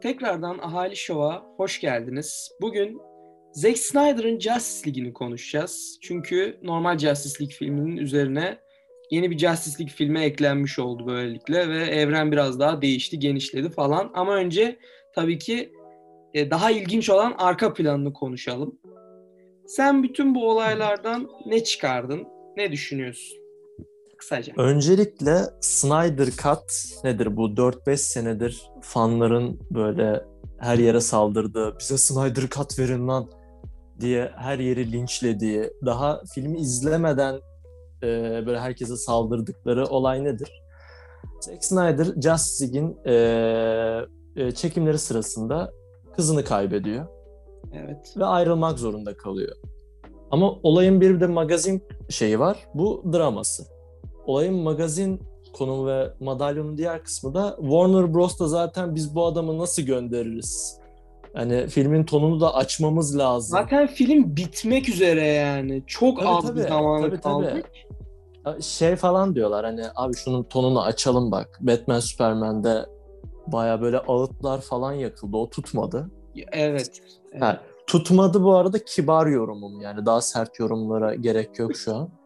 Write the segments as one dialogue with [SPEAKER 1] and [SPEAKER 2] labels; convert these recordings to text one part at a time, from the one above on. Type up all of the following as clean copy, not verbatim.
[SPEAKER 1] Tekrardan Ahali Show'a hoş geldiniz. Bugün Zack Snyder'ın Justice League'ini konuşacağız. Çünkü normal Justice League filminin üzerine yeni bir Justice League filmi eklenmiş oldu böylelikle ve evren biraz daha değişti, genişledi falan. Ama önce tabii ki daha ilginç olan arka planını konuşalım. Sen bütün bu olaylardan ne çıkardın? Ne düşünüyorsun? Kısaca.
[SPEAKER 2] Öncelikle Snyder Cut nedir bu? 4-5 senedir fanların böyle her yere saldırdığı, bize Snyder Cut verin lan diye her yeri linçlediği, daha filmi izlemeden böyle herkese saldırdıkları olay nedir? Zack Snyder Justice League'in çekimleri sırasında kızını kaybediyor
[SPEAKER 1] Evet.
[SPEAKER 2] ve ayrılmak zorunda kalıyor. Ama olayın bir de magazin şeyi var, bu draması. Olayın magazin konumu ve madalyonun diğer kısmı da Warner Bros'ta zaten biz bu adamı nasıl göndeririz? Yani filmin tonunu da açmamız lazım.
[SPEAKER 1] Zaten film bitmek üzere yani. Çok az bir zamanı
[SPEAKER 2] tabii.
[SPEAKER 1] kaldı.
[SPEAKER 2] Şey falan diyorlar hani abi şunun tonunu açalım bak. Batman Superman'de baya böyle ağıtlar falan yakıldı. O tutmadı.
[SPEAKER 1] Evet.
[SPEAKER 2] Ha, tutmadı bu arada kibar yorumum yani. Daha sert yorumlara gerek yok şu an.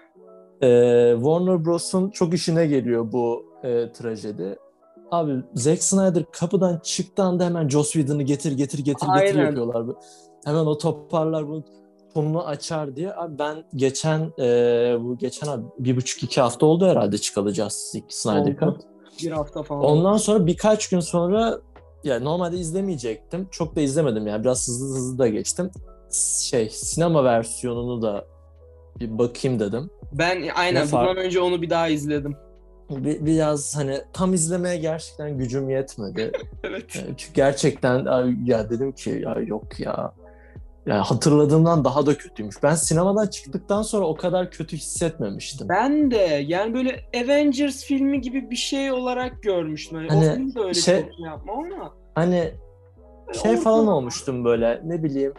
[SPEAKER 2] Warner Bros'un çok işine geliyor bu trajedi. Abi Zack Snyder kapıdan çıktığı anda hemen Joss Whedon'ı getir
[SPEAKER 1] Aynen.
[SPEAKER 2] yapıyorlar. Hemen o toparlar bu tonunu açar diye. Abi ben geçen abi 1,5-2 hafta oldu herhalde çıkalı Justice League Snyder Cut.
[SPEAKER 1] Bir hafta falan
[SPEAKER 2] Ondan
[SPEAKER 1] oldu.
[SPEAKER 2] sonra birkaç gün sonra yani normalde izlemeyecektim. Çok da izlemedim yani biraz hızlı da geçtim. Sinema versiyonunu da bir bakayım dedim.
[SPEAKER 1] Ben
[SPEAKER 2] Ne
[SPEAKER 1] aynen
[SPEAKER 2] fark?
[SPEAKER 1] bundan önce onu bir daha izledim.
[SPEAKER 2] Biraz hani tam izlemeye gerçekten gücüm yetmedi.
[SPEAKER 1] Evet.
[SPEAKER 2] Çünkü gerçekten ya dedim ki ya yok ya. Yani hatırladığımdan daha da kötüymüş. Ben sinemadan çıktıktan sonra o kadar kötü hissetmemiştim.
[SPEAKER 1] Ben de yani böyle Avengers filmi gibi bir şey olarak görmüştüm. Yani o
[SPEAKER 2] Hani
[SPEAKER 1] film de öyle
[SPEAKER 2] şey
[SPEAKER 1] çok yapmam ama
[SPEAKER 2] hani
[SPEAKER 1] böyle
[SPEAKER 2] şey falan
[SPEAKER 1] ortalama.
[SPEAKER 2] olmuştum böyle ne bileyim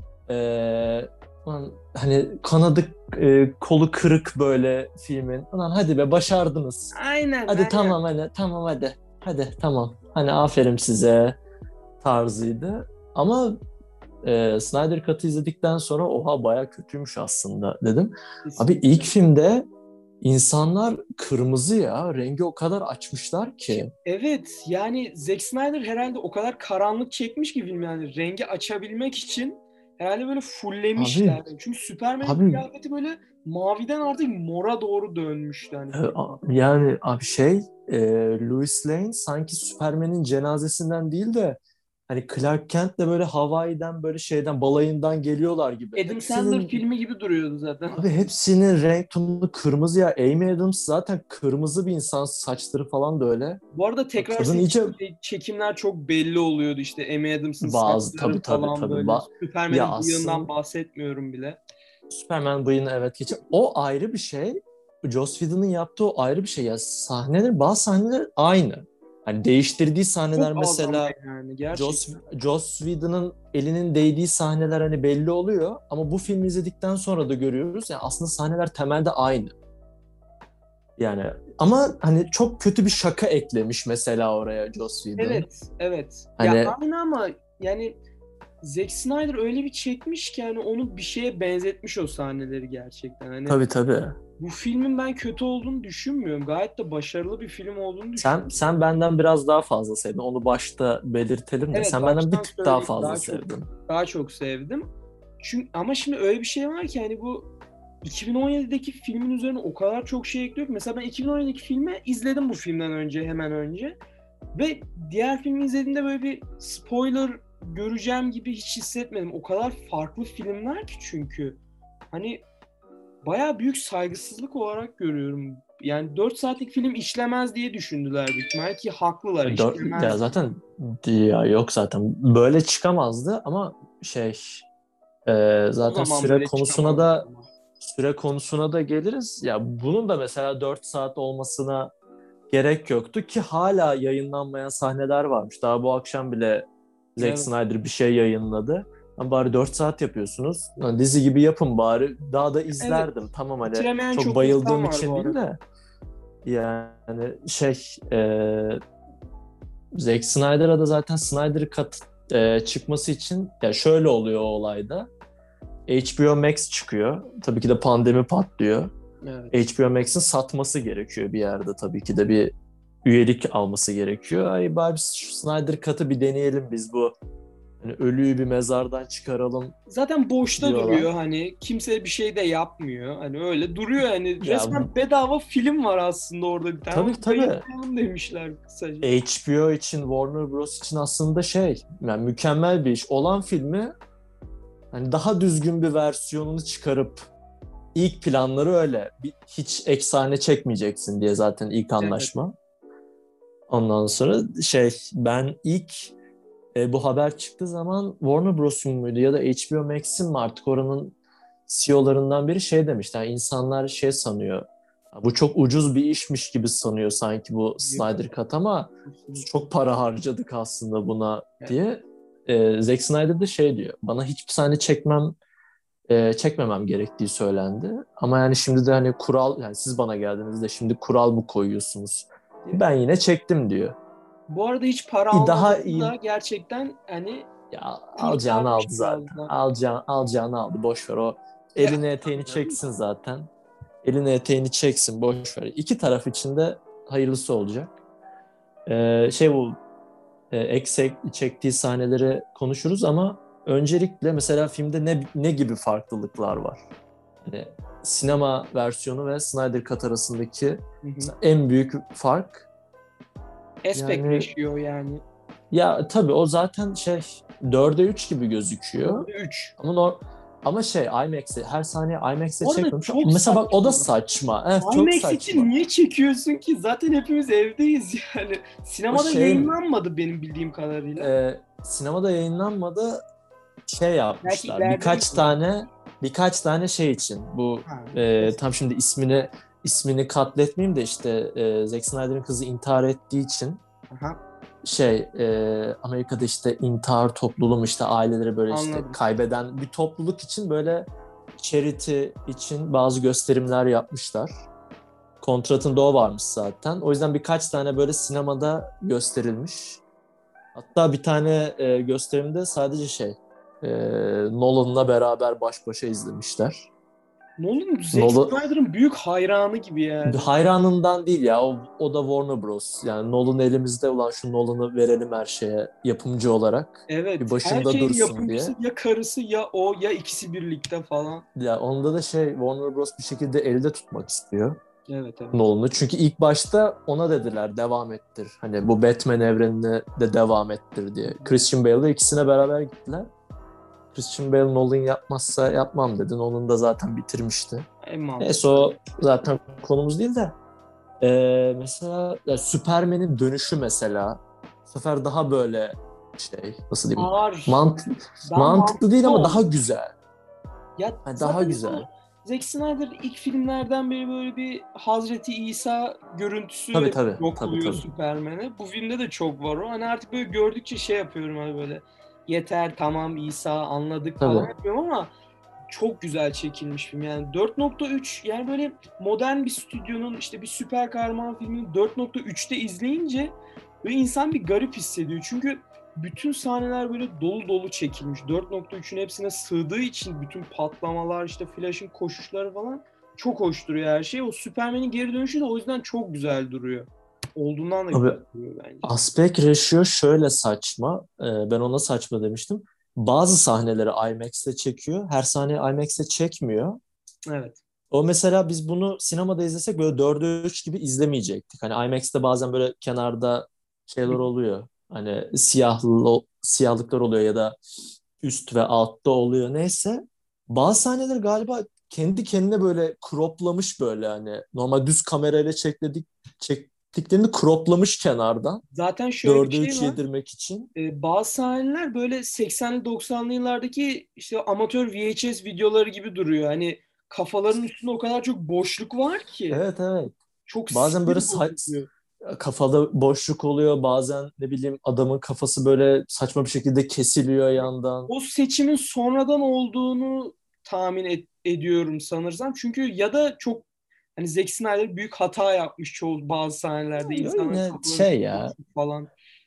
[SPEAKER 2] hani kanadı kolu kırık böyle filmin. Ulan hadi be başardınız.
[SPEAKER 1] Aynen.
[SPEAKER 2] Hadi tamam hadi. Hadi tamam. Hani aferin size tarzıydı. Ama Snyder Cut'ı izledikten sonra oha baya kötüymüş aslında dedim. Abi
[SPEAKER 1] Kesinlikle.
[SPEAKER 2] ilk filmde insanlar kırmızı ya. Rengi o kadar açmışlar ki.
[SPEAKER 1] Evet yani Zack Snyder herhalde o kadar karanlık çekmiş ki film yani rengi açabilmek için herhalde böyle
[SPEAKER 2] Abi,
[SPEAKER 1] fullemişler. Çünkü Superman'in
[SPEAKER 2] abi
[SPEAKER 1] kıyafeti böyle maviden artık mora doğru dönmüştü hani film.
[SPEAKER 2] yani abi Louis Lane sanki Superman'in cenazesinden değil de hani Clark Kent'le böyle Hawaii'den böyle şeyden balayından geliyorlar gibi.
[SPEAKER 1] Adam Sandler filmi gibi duruyordu zaten.
[SPEAKER 2] Hepsinin renk tonu kırmızı ya. Amy Adams zaten kırmızı bir insan. Saçları falan da öyle.
[SPEAKER 1] Bu arada tekrar
[SPEAKER 2] Kadın iyice
[SPEAKER 1] çekimler çok belli oluyordu işte Amy Adams'ın
[SPEAKER 2] bazı
[SPEAKER 1] saçları
[SPEAKER 2] tabii
[SPEAKER 1] falan
[SPEAKER 2] tabii.
[SPEAKER 1] böyle.
[SPEAKER 2] Ya
[SPEAKER 1] Superman'in bıyığından
[SPEAKER 2] aslında
[SPEAKER 1] bahsetmiyorum bile.
[SPEAKER 2] Superman bıyığını evet geçiyor. O ayrı bir şey. Joss Whedon'ın yaptığı o ayrı bir şey. Ya bazı sahneler aynı. Hani değiştirdiği sahneler
[SPEAKER 1] Çok az ama
[SPEAKER 2] mesela
[SPEAKER 1] yani
[SPEAKER 2] Joss,
[SPEAKER 1] gerçekten.
[SPEAKER 2] Joss Whedon'ın elinin değdiği sahneler hani belli oluyor. Ama bu filmi izledikten sonra da görüyoruz. Yani aslında sahneler temelde aynı. Yani ama hani çok kötü bir şaka eklemiş mesela oraya Joss Whedon.
[SPEAKER 1] Evet. Ya
[SPEAKER 2] Hani
[SPEAKER 1] aynı ama yani Zack Snyder öyle bir çekmiş ki yani onu bir şeye benzetmiş o sahneleri gerçekten. Hani
[SPEAKER 2] tabii.
[SPEAKER 1] bu filmin ben kötü olduğunu düşünmüyorum. Gayet de başarılı bir film olduğunu düşünüyorum.
[SPEAKER 2] Sen benden biraz daha fazla sevdin. Onu başta belirtelim de
[SPEAKER 1] Evet
[SPEAKER 2] sen benden bir
[SPEAKER 1] baştan
[SPEAKER 2] tık daha
[SPEAKER 1] söyleyeyim
[SPEAKER 2] fazla sevdin.
[SPEAKER 1] daha çok sevdim. Çünkü ama şimdi öyle bir şey var ki hani bu 2017'deki filmin üzerine o kadar çok şey ekliyor ki mesela ben 2017'deki filmi izledim bu filmden önce hemen önce ve diğer filmi izlediğimde böyle bir spoiler göreceğim gibi hiç hissetmedim. O kadar farklı filmler ki çünkü hani bayağı büyük saygısızlık olarak görüyorum. Yani 4 saatlik film işlemez diye düşündüler büyük ihtimalle ki haklılar
[SPEAKER 2] Ya
[SPEAKER 1] işlemez.
[SPEAKER 2] zaten ya yok zaten böyle çıkamazdı ama
[SPEAKER 1] O
[SPEAKER 2] zaten
[SPEAKER 1] zaman bile çıkamazdı.
[SPEAKER 2] süre konusuna da geliriz. Ya bunun da mesela 4 saat olmasına gerek yoktu ki hala yayınlanmayan sahneler varmış. Daha bu akşam bile Zack
[SPEAKER 1] Evet.
[SPEAKER 2] Snyder bir şey yayınladı. Ama bari 4 saat yapıyorsunuz. Lan dizi gibi yapın bari. Daha da
[SPEAKER 1] Evet.
[SPEAKER 2] izlerdim. Tamam hani
[SPEAKER 1] Bitiremeyen
[SPEAKER 2] çok
[SPEAKER 1] çok insan
[SPEAKER 2] bayıldığım
[SPEAKER 1] var
[SPEAKER 2] için
[SPEAKER 1] bu
[SPEAKER 2] değil
[SPEAKER 1] arada.
[SPEAKER 2] de yani Zack Snyder'a da zaten Snyder Cut çıkması için ya şöyle oluyor o olayda. HBO Max çıkıyor. Tabii ki de pandemi patlıyor.
[SPEAKER 1] Evet.
[SPEAKER 2] HBO Max'in satması gerekiyor bir yerde, tabii ki de bir üyelik alması gerekiyor. Ay bari şu Snyder Cut'ı bir deneyelim biz, bu hani ölüyü bir mezardan çıkaralım
[SPEAKER 1] Zaten boşta
[SPEAKER 2] diyorlar.
[SPEAKER 1] duruyor, hani kimse bir şey de yapmıyor. Hani öyle duruyor, hani
[SPEAKER 2] Ya
[SPEAKER 1] resmen bedava film var aslında orada bir tane. Onu
[SPEAKER 2] tabii tabii,
[SPEAKER 1] yayınlayalım demişler kısaca.
[SPEAKER 2] HBO için, Warner Bros. İçin aslında yani mükemmel bir iş. Olan filmi hani daha düzgün bir versiyonunu çıkarıp, ilk planları öyle. Hiç efsane çekmeyeceksin diye zaten ilk
[SPEAKER 1] Evet.
[SPEAKER 2] anlaşma. Ondan sonra ben ilk bu haber çıktığı zaman Warner Bros'un muydu ya da HBO Max'in mi, artık oranın CEO'larından biri demişti. Yani insanlar sanıyor. Bu çok ucuz bir işmiş gibi sanıyor sanki bu Snyder
[SPEAKER 1] Yok.
[SPEAKER 2] Cut, ama biz çok para harcadık aslında buna
[SPEAKER 1] Evet.
[SPEAKER 2] diye. Zack Snyder de diyor. Bana hiçbir sahne çekmemem gerektiği söylendi. Ama yani şimdi de hani kural, yani siz bana geldiğinizde şimdi kural mı koyuyorsunuz? Ben yine çektim diyor.
[SPEAKER 1] Bu arada hiç para
[SPEAKER 2] Daha
[SPEAKER 1] almaması
[SPEAKER 2] iyi.
[SPEAKER 1] da gerçekten hani
[SPEAKER 2] Ya alacağını
[SPEAKER 1] kurtarmış
[SPEAKER 2] aldı
[SPEAKER 1] biraz
[SPEAKER 2] zaten.
[SPEAKER 1] da.
[SPEAKER 2] Alacağını aldı. Boş ver o. Elini eteğini çeksin zaten. Elini eteğini çeksin. Boş ver. İki taraf için de hayırlısı olacak. Bu çektiği sahneleri konuşuruz ama öncelikle mesela filmde ne gibi farklılıklar var? Hani sinema versiyonu ve Snyder Cut arasındaki
[SPEAKER 1] Hı hı.
[SPEAKER 2] en büyük fark,
[SPEAKER 1] Aspect
[SPEAKER 2] yani
[SPEAKER 1] ratio yani.
[SPEAKER 2] ya tabii o zaten 4'e 3 gibi gözüküyor.
[SPEAKER 1] 4'e 3.
[SPEAKER 2] Ama ama IMAX'e, her saniye IMAX'e
[SPEAKER 1] Bu arada
[SPEAKER 2] çekmemiş.
[SPEAKER 1] çok
[SPEAKER 2] Mesela bak, o da
[SPEAKER 1] saçma.
[SPEAKER 2] saçma. Evet, çok
[SPEAKER 1] IMAX için
[SPEAKER 2] saçma.
[SPEAKER 1] niye çekiyorsun ki? Zaten hepimiz evdeyiz yani.
[SPEAKER 2] O
[SPEAKER 1] Sinemada yayınlanmadı benim bildiğim kadarıyla.
[SPEAKER 2] sinemada yayınlanmadı,
[SPEAKER 1] Belki
[SPEAKER 2] yapmışlar.
[SPEAKER 1] ileride
[SPEAKER 2] Birkaç tane için. Bu
[SPEAKER 1] ha.
[SPEAKER 2] tam şimdi ismini katletmeyeyim de, Zack Snyder'ın kızı intihar ettiği için
[SPEAKER 1] Aha,
[SPEAKER 2] Amerika'da intihar topluluğu mu, aileleri böyle
[SPEAKER 1] anladım.
[SPEAKER 2] kaybeden bir topluluk için böyle charity için bazı gösterimler yapmışlar. Kontratında o varmış zaten. O yüzden birkaç tane böyle sinemada gösterilmiş. Hatta bir tane gösterimde sadece e, Nolan'la beraber baş başa izlemişler.
[SPEAKER 1] Nolan, Zack
[SPEAKER 2] Nolan
[SPEAKER 1] Snyder'ın büyük hayranı gibi yani.
[SPEAKER 2] hayranından değil ya, o da Warner Bros. Yani Nolan elimizde, ulan şu Nolan'ı verelim her şeye yapımcı olarak. Bir
[SPEAKER 1] Evet, her
[SPEAKER 2] başında
[SPEAKER 1] şeyin
[SPEAKER 2] dursun
[SPEAKER 1] yapımcısı
[SPEAKER 2] diye.
[SPEAKER 1] ya karısı ya o ya ikisi birlikte falan.
[SPEAKER 2] Ya onda da Warner Bros. Bir şekilde elde tutmak istiyor
[SPEAKER 1] Evet, evet.
[SPEAKER 2] Nolan'ı. Çünkü ilk başta ona dediler devam ettir. Hani bu Batman evrenini de devam ettir diye. Christian Bale'la ikisine beraber gittiler. Christian Bale Nolan yapmazsa yapmam dedi. Nolan da zaten bitirmişti.
[SPEAKER 1] En
[SPEAKER 2] Neyse,
[SPEAKER 1] mantıklı.
[SPEAKER 2] o zaten konumuz değil de. Mesela Superman'in dönüşü mesela. Bu sefer daha böyle nasıl diyeyim,
[SPEAKER 1] Ağır.
[SPEAKER 2] mant
[SPEAKER 1] Daha
[SPEAKER 2] mantıklı değil
[SPEAKER 1] mantıklı
[SPEAKER 2] ama daha
[SPEAKER 1] oldu.
[SPEAKER 2] güzel.
[SPEAKER 1] Ya
[SPEAKER 2] Yani daha
[SPEAKER 1] zaten
[SPEAKER 2] güzel.
[SPEAKER 1] bu Zack Snyder ilk filmlerden beri böyle bir Hazreti İsa
[SPEAKER 2] Tabii
[SPEAKER 1] görüntüsü
[SPEAKER 2] tabii.
[SPEAKER 1] yok
[SPEAKER 2] Tabii
[SPEAKER 1] buluyor
[SPEAKER 2] tabii.
[SPEAKER 1] Superman'e. Bu filmde de çok var o. Hani artık böyle gördükçe yapıyorum, hani böyle yeter tamam İsa anladık falan
[SPEAKER 2] Tabii.
[SPEAKER 1] yapıyorum ama çok güzel çekilmiş film. Yani 4.3, yani böyle modern bir stüdyonun işte bir süper kahraman filmini 4.3'te izleyince böyle insan bir garip hissediyor. Çünkü bütün sahneler böyle dolu dolu çekilmiş. 4.3'ün hepsine sığdığı için bütün patlamalar, işte Flash'ın koşuşları falan çok hoş duruyor her şey. O Superman'in geri dönüşü de o yüzden çok güzel duruyor. Olduğundan da
[SPEAKER 2] Abi,
[SPEAKER 1] güzel duruyor bence.
[SPEAKER 2] aspect ratio şöyle saçma. Ben ona saçma demiştim. Bazı sahneleri IMAX'te çekiyor. Her sahneyi IMAX'te çekmiyor.
[SPEAKER 1] Evet.
[SPEAKER 2] O mesela biz bunu sinemada izlesek böyle 4'e 3 gibi izlemeyecektik. Hani IMAX'te bazen böyle kenarda şeyler oluyor. Hani siyahlıklar oluyor ya da üst ve altta oluyor. Neyse. Bazı sahneler galiba kendi kendine böyle croplamış, böyle hani normal düz kamerayla çektiklerini croplamış kenardan.
[SPEAKER 1] Zaten şöyle bir
[SPEAKER 2] 4'e
[SPEAKER 1] şey
[SPEAKER 2] 3
[SPEAKER 1] var.
[SPEAKER 2] yedirmek için.
[SPEAKER 1] Bazı sahneler böyle 80'li 90'lı yıllardaki işte amatör VHS videoları gibi duruyor. Hani kafaların üstünde o kadar çok boşluk var ki
[SPEAKER 2] Evet, evet.
[SPEAKER 1] çok
[SPEAKER 2] Bazen böyle
[SPEAKER 1] sinir bozucu.
[SPEAKER 2] kafada boşluk oluyor. Bazen ne bileyim adamın kafası böyle saçma bir şekilde kesiliyor yandan.
[SPEAKER 1] O seçimin sonradan olduğunu tahmin ediyorum sanırsam. Çünkü ya da çok hani Zack Snyder büyük hata yapmış çoğu bazı sahnelerde, insanların
[SPEAKER 2] Yine
[SPEAKER 1] kafaları çok
[SPEAKER 2] ya,
[SPEAKER 1] boşluk falan.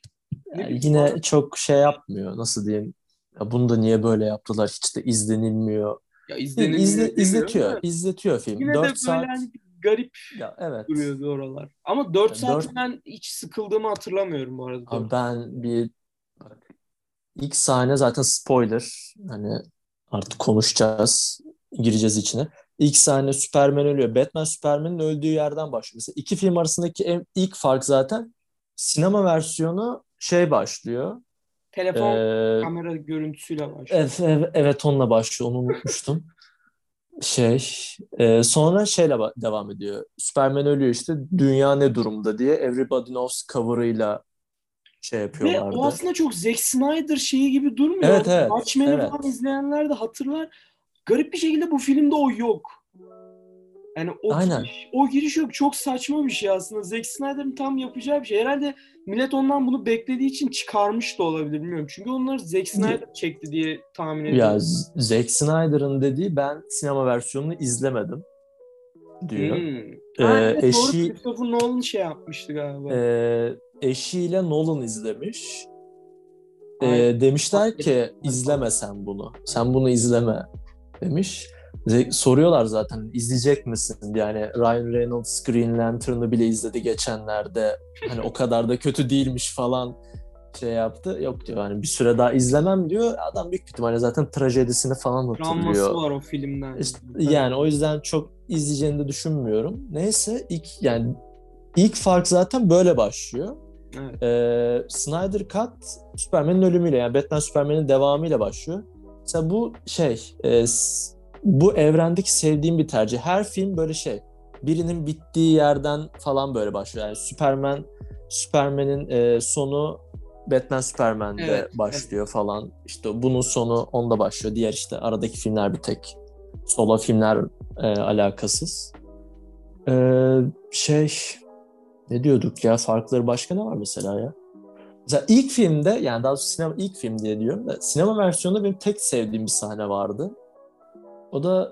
[SPEAKER 1] Ne
[SPEAKER 2] Yani
[SPEAKER 1] bileyim
[SPEAKER 2] yine çok şey yapmıyor. Nasıl diyeyim? Ya bunu da niye böyle yaptılar? Hiç de izlenilmiyor.
[SPEAKER 1] ya izlenilmiyor demiyorum
[SPEAKER 2] İzletiyor.
[SPEAKER 1] da
[SPEAKER 2] İzletiyor film.
[SPEAKER 1] yine
[SPEAKER 2] 4
[SPEAKER 1] de böyle
[SPEAKER 2] saat.
[SPEAKER 1] hani bir garip
[SPEAKER 2] Ya evet.
[SPEAKER 1] duruyordu oralar. Ama 4
[SPEAKER 2] Ya 4
[SPEAKER 1] saati ben hiç sıkıldığımı hatırlamıyorum bu arada 4.
[SPEAKER 2] abi ben bir bak, ilk sahne zaten spoiler. Hani artık konuşacağız. Gireceğiz içine. İlk sahne Superman ölüyor. Batman Superman'in öldüğü yerden başlıyor. Mesela iki film arasındaki ilk fark zaten sinema versiyonu şey başlıyor.
[SPEAKER 1] Telefon
[SPEAKER 2] Ee,
[SPEAKER 1] kamera görüntüsüyle başlıyor.
[SPEAKER 2] evet onunla başlıyor. Onu unutmuştum. Şey, sonra şeyle devam ediyor. Superman ölüyor işte. Dünya ne durumda diye Everybody Knows cover'ıyla şey
[SPEAKER 1] Ve o
[SPEAKER 2] yapıyorlardı.
[SPEAKER 1] aslında çok Zack Snyder şeyi gibi durmuyor.
[SPEAKER 2] Evet
[SPEAKER 1] Hani
[SPEAKER 2] evet
[SPEAKER 1] Watchmen'i falan
[SPEAKER 2] evet.
[SPEAKER 1] izleyenler de hatırlar. Garip bir şekilde bu filmde o yok. Yani
[SPEAKER 2] Aynen.
[SPEAKER 1] o giriş yok. Çok saçma bir şey aslında. Zack Snyder'ın tam yapacağı bir şey. Herhalde millet ondan bunu beklediği için çıkarmış da olabilir, bilmiyorum. Çünkü onları Zack Snyder çekti diye tahmin
[SPEAKER 2] Ya
[SPEAKER 1] ediyorum.
[SPEAKER 2] Zack Snyder'ın dediği ben sinema versiyonunu izlemedim diyor.
[SPEAKER 1] Hmm. Ha evet, doğru,
[SPEAKER 2] Eşi
[SPEAKER 1] Christopher Nolan şey yapmıştı galiba.
[SPEAKER 2] eşiyle Nolan izlemiş.
[SPEAKER 1] Ay,
[SPEAKER 2] Demişler ki izleme sen bunu. Sen bunu izleme demiş. Soruyorlar zaten izleyecek misin? Yani Ryan Reynolds Green Lantern'ı bile izledi geçenlerde. Hani o kadar da kötü değilmiş falan şey yaptı. Yok diyor hani bir süre daha izlemem diyor. Adam büyük ihtimalle zaten trajedisini falan
[SPEAKER 1] travması
[SPEAKER 2] hatırlıyor.
[SPEAKER 1] var o filmden.
[SPEAKER 2] İşte,
[SPEAKER 1] Tabii.
[SPEAKER 2] yani o yüzden çok izleyeceğini de düşünmüyorum. Neyse ilk fark zaten böyle başlıyor.
[SPEAKER 1] Evet.
[SPEAKER 2] Snyder Cut Superman'in ölümüyle yani Batman Superman'in devamıyla başlıyor. Mesela bu şey bu evrendeki sevdiğim bir tercih. Her film böyle şey birinin bittiği yerden falan böyle başlıyor. Yani Superman'in sonu Batman Superman'de
[SPEAKER 1] Evet. Evet.
[SPEAKER 2] başlıyor falan. İşte bunun sonu onda başlıyor. Diğer işte aradaki filmler bir tek solo filmler alakasız. Ee, şey ne diyorduk ya? Farkları başka ne var mesela ya? Mesela ilk filmde yani daha doğrusu sinema ilk film diye diyorum da sinema versiyonunda benim tek sevdiğim bir sahne vardı. O da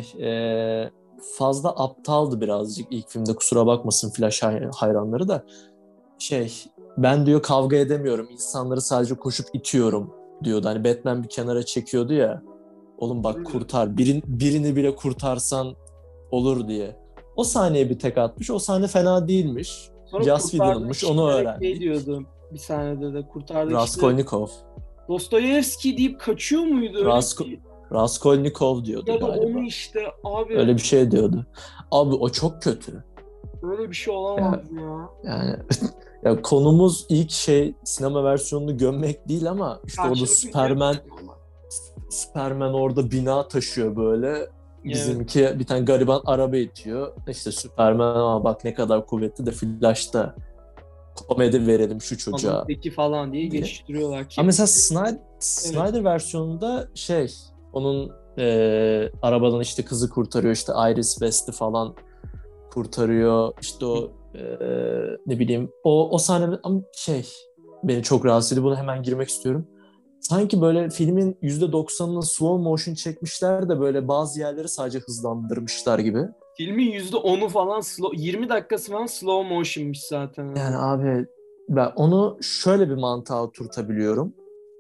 [SPEAKER 2] fazla aptaldı birazcık ilk filmde kusura bakmasın Flash hayranları da şey ben diyor kavga edemiyorum insanları sadece koşup itiyorum diyordu. Hani Batman bir kenara çekiyordu ya oğlum bak kurtar birini bile kurtarsan olur diye. O sahneye bir tek atmış. O sahne fena değilmiş.
[SPEAKER 1] Sonra
[SPEAKER 2] Joss
[SPEAKER 1] kurtardığı
[SPEAKER 2] Whedon'mış onu
[SPEAKER 1] kişilere şey
[SPEAKER 2] öğrendik.
[SPEAKER 1] diyordu bir sahnede de, kurtardığı kişilere
[SPEAKER 2] Raskolnikov.
[SPEAKER 1] Dostoyevski deyip kaçıyor muydu, öyle
[SPEAKER 2] Rasko
[SPEAKER 1] bir,
[SPEAKER 2] Raskolnikov diyordu
[SPEAKER 1] ya da onu
[SPEAKER 2] galiba.
[SPEAKER 1] işte abi,
[SPEAKER 2] Öyle bir şey diyordu. Abi o çok kötü.
[SPEAKER 1] öyle bir şey
[SPEAKER 2] Ya,
[SPEAKER 1] olamaz ya.
[SPEAKER 2] yani ya konumuz ilk şey sinema versiyonunu gömmek değil ama işte orada
[SPEAKER 1] Karşılıklı izliyoruz ama.
[SPEAKER 2] Superman orada bina taşıyor böyle.
[SPEAKER 1] Evet.
[SPEAKER 2] Bizimki bir tane gariban araba itiyor. İşte Superman ama bak ne kadar kuvvetli de Flash'ta komedi verelim şu
[SPEAKER 1] Adam
[SPEAKER 2] çocuğa
[SPEAKER 1] peki falan diye
[SPEAKER 2] diye.
[SPEAKER 1] geçiştiriyorlar
[SPEAKER 2] Ama
[SPEAKER 1] ki.
[SPEAKER 2] mesela
[SPEAKER 1] Evet.
[SPEAKER 2] Snyder versiyonunda şey onun arabadan işte kızı kurtarıyor işte Iris West'i falan kurtarıyor işte o ne bileyim o sahne ama şey beni çok rahatsız ediyor. Buna hemen girmek istiyorum. Sanki böyle filmin %90'ını slow motion çekmişler de böyle bazı yerleri sadece hızlandırmışlar gibi.
[SPEAKER 1] Filmin %10'u falan 20 dakikası falan slow motion'mış zaten
[SPEAKER 2] Yani
[SPEAKER 1] abi.
[SPEAKER 2] abi ben onu şöyle bir mantığa oturtabiliyorum.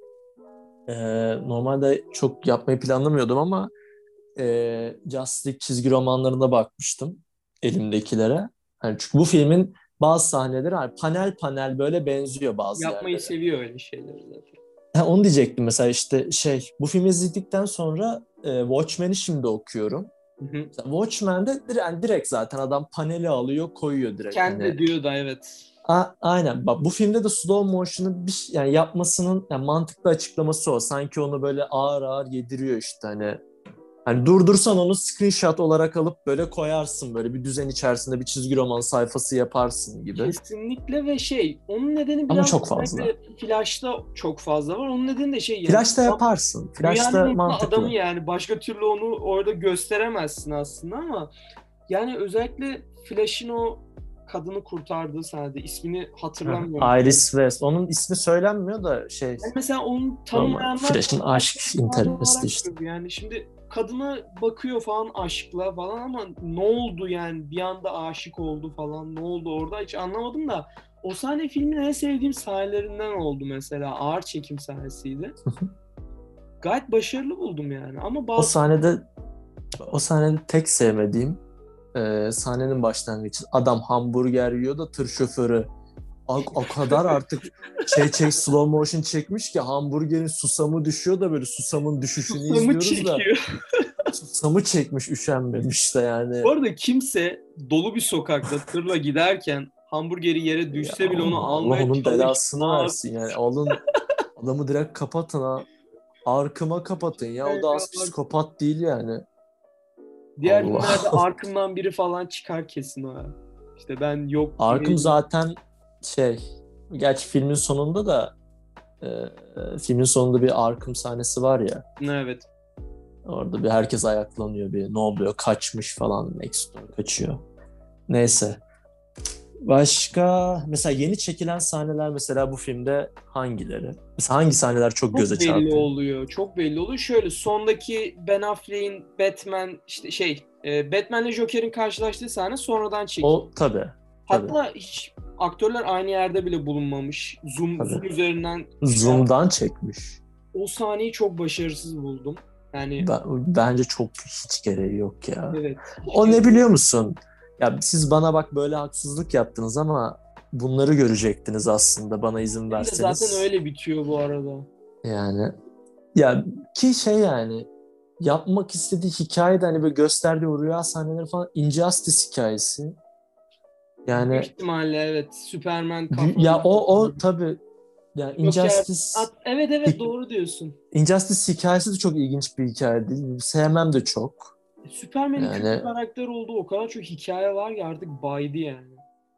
[SPEAKER 2] Normalde çok yapmayı planlamıyordum ama Justice League çizgi romanlarına bakmıştım elimdekilere. Yani çünkü bu filmin bazı sahneleri hani panel panel böyle benziyor bazı
[SPEAKER 1] Yapmayı
[SPEAKER 2] yerleri.
[SPEAKER 1] seviyor öyle şeyleri zaten.
[SPEAKER 2] Ha, onu diyecektim mesela işte şey bu filmi izledikten sonra Watchmen'i şimdi okuyorum.
[SPEAKER 1] Hı hı.
[SPEAKER 2] Mesela Watchmen'de yani direkt zaten adam paneli alıyor koyuyor direkt
[SPEAKER 1] Kendi
[SPEAKER 2] hani.
[SPEAKER 1] de diyor da evet.
[SPEAKER 2] Aynen. Bak bu filmde de slow motion'ı yani yapmasının yani mantıklı açıklaması o. Sanki onu böyle ağır ağır yediriyor işte hani durdursan onu screenshot olarak alıp böyle koyarsın böyle bir düzen içerisinde bir çizgi roman sayfası yaparsın gibi.
[SPEAKER 1] Kesinlikle, ve şey, onun nedeni
[SPEAKER 2] Ama
[SPEAKER 1] biraz
[SPEAKER 2] çok fazla.
[SPEAKER 1] özellikle Flash'ta çok fazla var. Onun nedeni de şey yani
[SPEAKER 2] Flash'ta
[SPEAKER 1] adam
[SPEAKER 2] yaparsın.
[SPEAKER 1] dünyanın
[SPEAKER 2] Flash'ta
[SPEAKER 1] en mutlu adamı,
[SPEAKER 2] mantıklı.
[SPEAKER 1] yani başka türlü onu orada gösteremezsin aslında, ama yani özellikle Flash'in o kadını kurtardığı sahnede, ismini hatırlamıyorum.
[SPEAKER 2] Iris West. Onun ismi söylenmiyor da şey
[SPEAKER 1] Yani mesela onu
[SPEAKER 2] normal.
[SPEAKER 1] tanımayanlar
[SPEAKER 2] Flash'ın aşk
[SPEAKER 1] sahne
[SPEAKER 2] interesti
[SPEAKER 1] olarak
[SPEAKER 2] işte.
[SPEAKER 1] görüyor. Yani şimdi kadına bakıyor falan aşkla falan, ama ne oldu yani, bir anda aşık oldu falan, ne oldu orada hiç anlamadım da O sahne filmin en sevdiğim sahnelerinden oldu mesela. Ağır çekim sahnesiydi. Gayet başarılı buldum yani. Ama
[SPEAKER 2] O
[SPEAKER 1] bazı
[SPEAKER 2] sahnede o sahnede tek sevmediğim sahnenin başlangıcı. Adam hamburger yiyor da tır şoförü o kadar artık slow motion çekmiş ki hamburgerin susamı düşüyor da böyle susamın düşüşünü
[SPEAKER 1] susamı
[SPEAKER 2] izliyoruz da
[SPEAKER 1] çekiyor.
[SPEAKER 2] susamı çekmiş, üşenmemiş de yani.
[SPEAKER 1] Bu arada kimse dolu bir sokakta tırla giderken hamburgeri yere
[SPEAKER 2] Ya
[SPEAKER 1] düşse bile onu
[SPEAKER 2] Allah
[SPEAKER 1] almaya
[SPEAKER 2] onun belasını
[SPEAKER 1] çalışmaz.
[SPEAKER 2] versin yani. Adamı direkt kapatın ha. Arkıma kapatın ya. O da az psikopat değil yani.
[SPEAKER 1] Diğer
[SPEAKER 2] Allah.
[SPEAKER 1] günlerde Arkım'dan biri falan çıkar kesin o. İşte ben yok
[SPEAKER 2] Arkım zaten gerçi filmin sonunda bir Arkham sahnesi var ya.
[SPEAKER 1] evet.
[SPEAKER 2] Orada bir herkes ayaklanıyor, bir ne oluyor, kaçmış falan, Nextdoor kaçıyor. Neyse. Başka mesela yeni çekilen sahneler mesela bu filmde hangileri? Mesela hangi sahneler çok göze
[SPEAKER 1] Çok belli
[SPEAKER 2] çarpıyor?
[SPEAKER 1] oluyor. Çok belli oluyor. Şöyle sondaki Ben Affleck'in Batman Batman'le Joker'in karşılaştığı sahne sonradan çekildi.
[SPEAKER 2] O tabii.
[SPEAKER 1] Hatta hiç aktörler aynı yerde bile bulunmamış. Zoom
[SPEAKER 2] Tabii.
[SPEAKER 1] üzerinden
[SPEAKER 2] Zoom'dan çekmiş.
[SPEAKER 1] o sahneyi çok başarısız buldum. Yani
[SPEAKER 2] Bence çok hiç gereği yok ya.
[SPEAKER 1] evet.
[SPEAKER 2] O ne biliyor musun? Ya siz bana bak böyle haksızlık yaptınız ama bunları görecektiniz aslında bana izin
[SPEAKER 1] Film de zaten
[SPEAKER 2] verseniz.
[SPEAKER 1] öyle bitiyor bu arada.
[SPEAKER 2] Yani ya ki yani yapmak istediği hikayede hani böyle gösterdiği o rüya sahneleri falan Injustice hikayesi.
[SPEAKER 1] Büyük
[SPEAKER 2] Yani
[SPEAKER 1] ihtimalle evet. Superman kafa.
[SPEAKER 2] ya o tabii yani
[SPEAKER 1] Joker. Evet doğru diyorsun.
[SPEAKER 2] Injustice hikayesi de çok ilginç bir hikaye değil. Sevmem de çok.
[SPEAKER 1] Superman'in kötü
[SPEAKER 2] Yani
[SPEAKER 1] karakter olduğu o kadar çok hikaye var ki artık baydı yani.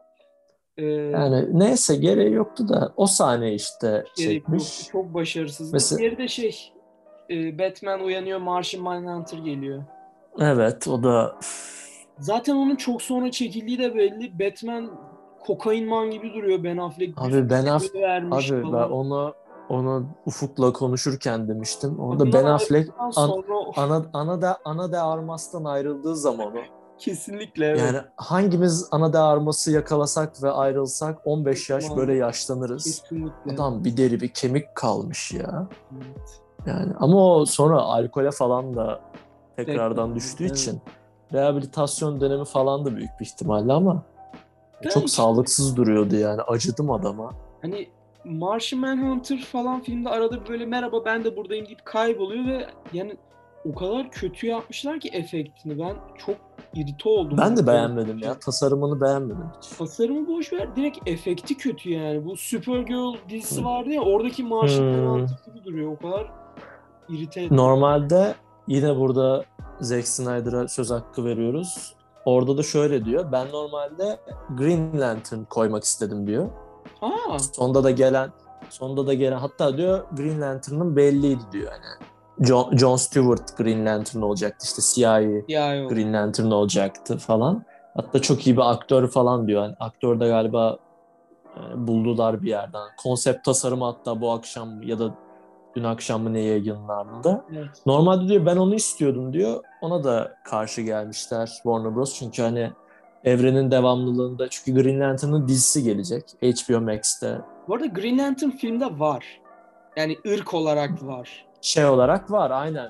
[SPEAKER 2] yani neyse gereği yoktu da o sahne işte
[SPEAKER 1] Gerek yok.
[SPEAKER 2] çekmiş.
[SPEAKER 1] Çok başarısızdı.
[SPEAKER 2] Mesela
[SPEAKER 1] Diğeri de Batman uyanıyor, Martian Manhunter geliyor.
[SPEAKER 2] evet o da
[SPEAKER 1] Zaten onun çok sonra çekildiği de belli. Batman kokain man gibi duruyor. Ben Affleck bir
[SPEAKER 2] abi
[SPEAKER 1] sürü
[SPEAKER 2] Ben Aff
[SPEAKER 1] kilo vermiş
[SPEAKER 2] abi ben
[SPEAKER 1] falan.
[SPEAKER 2] onu Ufuk'la konuşurken demiştim. Orada
[SPEAKER 1] Ondan
[SPEAKER 2] Ben Affleck
[SPEAKER 1] ayrıldıktan sonra
[SPEAKER 2] ana de Armas'tan ayrıldığı zaman o.
[SPEAKER 1] kesinlikle evet.
[SPEAKER 2] Yani hangimiz ana de Armas'ı yakalasak ve ayrılsak 15 yaş böyle
[SPEAKER 1] Batman
[SPEAKER 2] yaşlanırız.
[SPEAKER 1] kesinlikle.
[SPEAKER 2] Adam bir deri bir kemik kalmış ya.
[SPEAKER 1] Evet.
[SPEAKER 2] Yani ama o sonra alkole falan da tekrardan
[SPEAKER 1] Tekrar,
[SPEAKER 2] düştüğü
[SPEAKER 1] evet.
[SPEAKER 2] için rehabilitasyon dönemi falan da büyük bir ihtimalle ama
[SPEAKER 1] Da
[SPEAKER 2] çok
[SPEAKER 1] işte
[SPEAKER 2] sağlıksız duruyordu yani. Acıdım adama.
[SPEAKER 1] hani Martian Manhunter falan filmde arada böyle merhaba ben de buradayım deyip kayboluyor ve yani o kadar kötü yapmışlar ki efektini. Ben çok irite oldum.
[SPEAKER 2] Ben de
[SPEAKER 1] Bu
[SPEAKER 2] beğenmedim ya. Tasarımını beğenmedim hiç.
[SPEAKER 1] tasarımı boş ver. Direkt efekti kötü yani. Bu Supergirl dizisi vardı ya oradaki Martian
[SPEAKER 2] Hmm.
[SPEAKER 1] Manhunter gibi duruyor. O kadar irite etti.
[SPEAKER 2] Normalde yine burada Zack Snyder'a söz hakkı veriyoruz. Orada da şöyle diyor. Ben normalde Green Lantern koymak istedim diyor.
[SPEAKER 1] Aa,
[SPEAKER 2] Sonda da gelen hatta diyor Green Lantern'ın belliydi diyor yani. John Stewart Green Lantern olacaktı işte siyahi
[SPEAKER 1] ya yok.
[SPEAKER 2] Green Lantern olacaktı falan. Hatta çok iyi bir aktör falan diyor. Yani aktör de galiba buldular bir yerden. Konsept tasarımı hatta bu akşam ya da dün akşam mı ne yayınlandı.
[SPEAKER 1] Evet.
[SPEAKER 2] Normalde diyor ben onu istiyordum diyor. Ona da karşı gelmişler Warner Bros. Çünkü hani evrenin devamlılığında çünkü Green Lantern'ın dizisi gelecek HBO Max'te.
[SPEAKER 1] Bu arada Green Lantern filmde var. Yani ırk olarak var.
[SPEAKER 2] Olarak var aynen.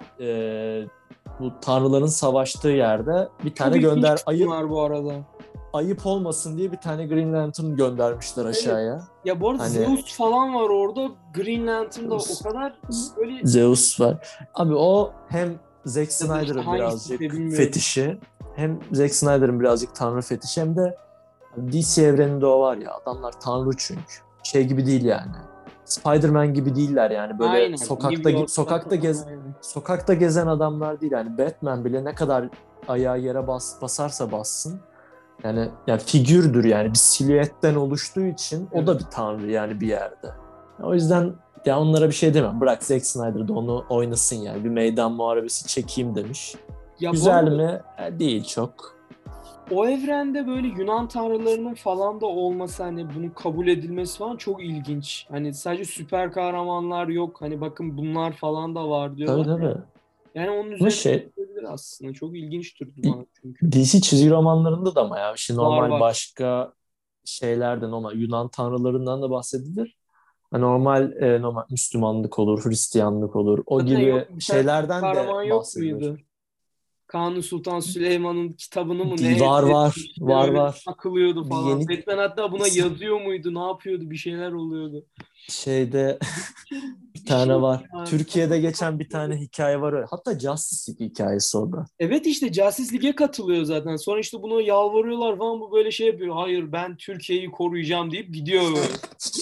[SPEAKER 2] Bu tanrıların savaştığı yerde bir
[SPEAKER 1] Çok
[SPEAKER 2] tane
[SPEAKER 1] ilginç kısmı var bu arada.
[SPEAKER 2] ayıp olmasın diye bir tane Green Lantern göndermişler
[SPEAKER 1] Evet.
[SPEAKER 2] aşağıya.
[SPEAKER 1] Ya bu arada
[SPEAKER 2] Hani
[SPEAKER 1] Zeus falan var orada. Green Lantern'da o kadar böyle
[SPEAKER 2] Zeus var. Abi o hem Zack
[SPEAKER 1] ya da işte
[SPEAKER 2] Snyder'ın
[SPEAKER 1] hangisi
[SPEAKER 2] birazcık
[SPEAKER 1] de bilmiyorum.
[SPEAKER 2] fetişi, hem Zack Snyder'ın birazcık tanrı fetişi hem de DC evreninde o var ya adamlar tanrı çünkü. Şey gibi değil yani. Spider-Man gibi değiller yani böyle
[SPEAKER 1] Aynen. New York'ta falan aynen.
[SPEAKER 2] sokakta gezen adamlar değil yani Batman bile ne kadar ayağı yere basarsa bassın yani figürdür yani bir silüetten oluştuğu için o da
[SPEAKER 1] Evet.
[SPEAKER 2] bir tanrı yani bir yerde. O yüzden ya onlara bir şey demem. Bırak Zack Snyder da onu oynasın yani. Bir meydan muharebesi çekeyim demiş.
[SPEAKER 1] Ya bu
[SPEAKER 2] Güzel
[SPEAKER 1] arada
[SPEAKER 2] mi? Değil çok.
[SPEAKER 1] o evrende böyle Yunan tanrılarının falan da olması hani bunun kabul edilmesi falan çok ilginç. Hani sadece süper kahramanlar yok. Hani bakın bunlar falan da var
[SPEAKER 2] Tabii
[SPEAKER 1] diyorlar.
[SPEAKER 2] tabii.
[SPEAKER 1] Yani onun
[SPEAKER 2] Ama
[SPEAKER 1] üzerine düşünebilir aslında. Çok ilginç durdu bana çünkü.
[SPEAKER 2] DC çizgi romanlarında da ama ya. Şimdi
[SPEAKER 1] Var
[SPEAKER 2] normal
[SPEAKER 1] var.
[SPEAKER 2] başka şeylerden, normal Yunan tanrılarından da bahsedilir. Normal normal Müslümanlık olur, Hristiyanlık olur. O
[SPEAKER 1] Zaten
[SPEAKER 2] gibi
[SPEAKER 1] yok, bir tane
[SPEAKER 2] şeylerden de
[SPEAKER 1] kahraman yok
[SPEAKER 2] bahsedilir.
[SPEAKER 1] muydu? Kanuni Sultan Süleyman'ın kitabını mı ne
[SPEAKER 2] Var
[SPEAKER 1] elde
[SPEAKER 2] var
[SPEAKER 1] etmişti?
[SPEAKER 2] var
[SPEAKER 1] Öyle
[SPEAKER 2] var.
[SPEAKER 1] takılıyordu
[SPEAKER 2] Bir
[SPEAKER 1] falan.
[SPEAKER 2] yeni
[SPEAKER 1] Batman hatta buna yazıyor muydu? Ne yapıyordu? Bir şeyler oluyordu.
[SPEAKER 2] şeyde bir
[SPEAKER 1] Bir şey
[SPEAKER 2] tane var.
[SPEAKER 1] ya.
[SPEAKER 2] Türkiye'de geçen bir tane hikaye var öyle. Hatta Justice League hikayesi o da.
[SPEAKER 1] Evet işte Justice League'e katılıyor zaten. Sonra işte buna yalvarıyorlar falan, bu böyle şey yapıyor. Hayır, ben Türkiye'yi koruyacağım deyip gidiyor böyle.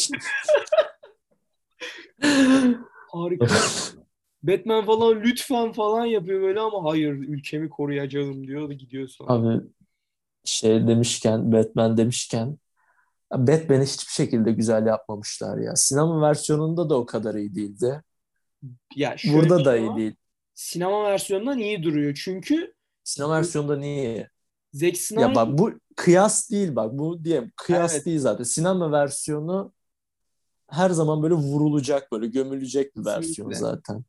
[SPEAKER 1] Harika. Batman falan lütfen falan yapıyor böyle ama hayır, ülkemi koruyacağım diyor da gidiyor sonra.
[SPEAKER 2] Abi şey demişken, Batman demişken, Batman'i hiçbir şekilde güzel yapmamışlar ya. Sinema versiyonunda da o kadar iyi değildi.
[SPEAKER 1] Ya şöyle bir
[SPEAKER 2] Burada da
[SPEAKER 1] şey
[SPEAKER 2] iyi
[SPEAKER 1] var.
[SPEAKER 2] değil.
[SPEAKER 1] Sinema versiyonundan iyi duruyor. Çünkü
[SPEAKER 2] Sinema versiyonunda niye?
[SPEAKER 1] Zack
[SPEAKER 2] Ya
[SPEAKER 1] Snyder,
[SPEAKER 2] bak bu kıyas değil bak. Bu diyeyim kıyas
[SPEAKER 1] evet,
[SPEAKER 2] değil zaten. Sinema versiyonu her zaman böyle vurulacak, böyle gömülecek bir versiyon
[SPEAKER 1] kesinlikle.
[SPEAKER 2] zaten.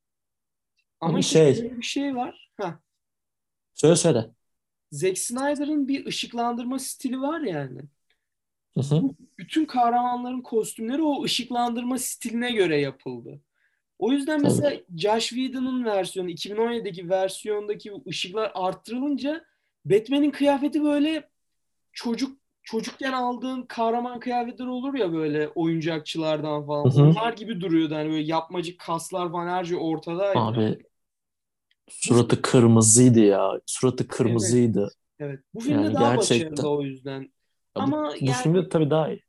[SPEAKER 1] Ama
[SPEAKER 2] Abi
[SPEAKER 1] işte
[SPEAKER 2] şey,
[SPEAKER 1] şöyle bir şey var. Heh.
[SPEAKER 2] söyle söyle.
[SPEAKER 1] Zack Snyder'ın bir ışıklandırma stili var yani.
[SPEAKER 2] Hı hı.
[SPEAKER 1] Bu bütün kahramanların kostümleri o ışıklandırma stiline göre yapıldı. O yüzden
[SPEAKER 2] Tabii.
[SPEAKER 1] mesela Josh Whedon'ın versiyonu, 2017'deki versiyondaki bu ışıklar arttırılınca Batman'in kıyafeti böyle çocukken aldığın kahraman kıyafetler olur ya böyle oyuncakçılardan
[SPEAKER 2] Hı
[SPEAKER 1] falan.
[SPEAKER 2] hı.
[SPEAKER 1] Onlar gibi duruyordu. Hani böyle yapmacık kaslar falan her şey ortadaydı.
[SPEAKER 2] Abi
[SPEAKER 1] Bu
[SPEAKER 2] suratı kırmızıydı ya. Suratı
[SPEAKER 1] evet,
[SPEAKER 2] kırmızıydı.
[SPEAKER 1] evet. Bu filmde
[SPEAKER 2] Yani
[SPEAKER 1] daha başarılı
[SPEAKER 2] gerçekten.
[SPEAKER 1] o yüzden.
[SPEAKER 2] Ya bu,
[SPEAKER 1] Ama
[SPEAKER 2] bu
[SPEAKER 1] yani
[SPEAKER 2] filmde tabii daha iyi.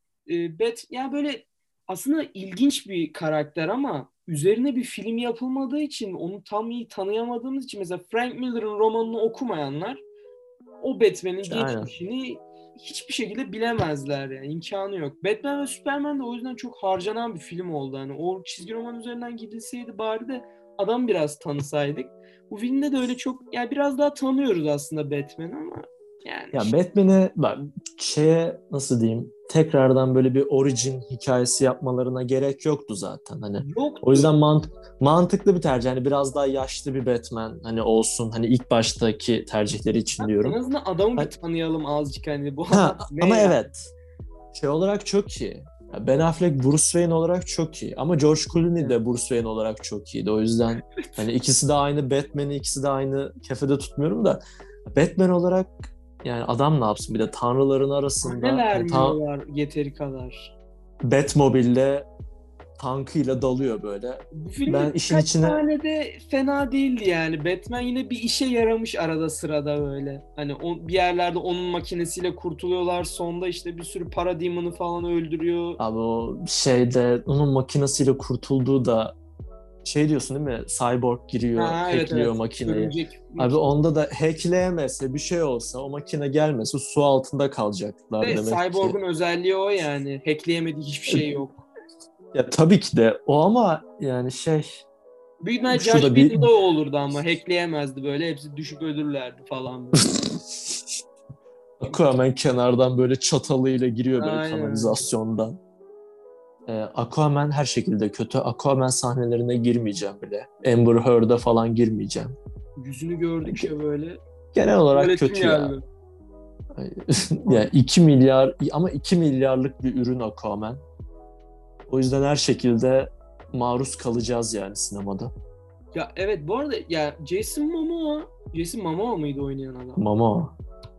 [SPEAKER 1] Ya böyle aslında ilginç bir karakter ama üzerine bir film yapılmadığı için onu tam iyi tanıyamadığımız için mesela Frank Miller'ın romanını okumayanlar o Batman'in
[SPEAKER 2] Aynen.
[SPEAKER 1] geçmişini hiçbir şekilde bilemezler yani, imkanı yok. Batman ve Superman de o yüzden çok harcanan bir film oldu. Hani o çizgi roman üzerinden gidilseydi bari de adam biraz tanısaydık. Bu filmde de öyle çok yani biraz daha tanıyoruz aslında Batman'i ama yani
[SPEAKER 2] Ya
[SPEAKER 1] işte
[SPEAKER 2] Batman'e bak, şeye nasıl diyeyim, tekrardan böyle bir origin hikayesi yapmalarına gerek yoktu zaten hani. O
[SPEAKER 1] yoktu.
[SPEAKER 2] yüzden mantıklı bir tercih. Hani biraz daha yaşlı bir Batman hani olsun. Hani ilk baştaki tercihleri için
[SPEAKER 1] En
[SPEAKER 2] diyorum.
[SPEAKER 1] azından adamı bir
[SPEAKER 2] Ha,
[SPEAKER 1] tanıyalım azıcık, hani bu adam
[SPEAKER 2] ha,
[SPEAKER 1] ne
[SPEAKER 2] ama
[SPEAKER 1] ya?
[SPEAKER 2] evet. Şey olarak çok iyi. Ya Ben Affleck Bruce Wayne olarak çok iyi. Ama George Clooney de Bruce Wayne olarak çok iyiydi. O yüzden hani ikisi de aynı Batman'i, ikisi de aynı kefede tutmuyorum da Batman olarak yani adam ne yapsın? Bir de tanrıların
[SPEAKER 1] Sahne
[SPEAKER 2] arasında hani
[SPEAKER 1] vermiyorlar yeteri kadar.
[SPEAKER 2] Batmobile'le tankıyla dalıyor böyle.
[SPEAKER 1] Bu
[SPEAKER 2] Ben
[SPEAKER 1] filmde
[SPEAKER 2] işin
[SPEAKER 1] birkaç
[SPEAKER 2] içine
[SPEAKER 1] sahnede fena değildi yani. Batman yine bir işe yaramış arada sırada böyle. Hani bir yerlerde onun makinesiyle kurtuluyorlar. Sonda işte bir sürü Parademon'u falan öldürüyor.
[SPEAKER 2] abi o şeyde onun makinesiyle kurtulduğu da şey diyorsun değil mi? Cyborg giriyor,
[SPEAKER 1] Ha, evet,
[SPEAKER 2] hackliyor
[SPEAKER 1] evet.
[SPEAKER 2] makineyi.
[SPEAKER 1] Örümcek
[SPEAKER 2] Abi
[SPEAKER 1] makine.
[SPEAKER 2] onda da hackleyemese bir şey olsa o makine gelmese su altında kalacaklar
[SPEAKER 1] Ve
[SPEAKER 2] demek ki.
[SPEAKER 1] Cyborg'un özelliği o yani. Hackleyemediği hiçbir şey yok.
[SPEAKER 2] Ya tabii ki de o ama yani şey
[SPEAKER 1] Büyük ihtimalle Josh
[SPEAKER 2] şurada bir
[SPEAKER 1] Whedon'da o olurdu ama hackleyemezdi böyle. Hepsi düşüp ölürlerdi falan böyle.
[SPEAKER 2] Aquaman kenardan böyle çatalıyla giriyor böyle
[SPEAKER 1] Aynen öyle.
[SPEAKER 2] kanalizasyondan. Aquaman her şekilde kötü. Aquaman sahnelerine girmeyeceğim bile. Amber Heard'a falan girmeyeceğim.
[SPEAKER 1] Yüzünü gördükçe böyle
[SPEAKER 2] Genel olarak
[SPEAKER 1] tuvaletim
[SPEAKER 2] kötü ya.
[SPEAKER 1] geldi.
[SPEAKER 2] Yani 2 milyar ama 2 milyarlık bir ürün Aquaman. O yüzden her şekilde maruz kalacağız yani sinemada.
[SPEAKER 1] Ya evet, bu arada ya Jason Momoa mıydı oynayan adam?
[SPEAKER 2] Mama.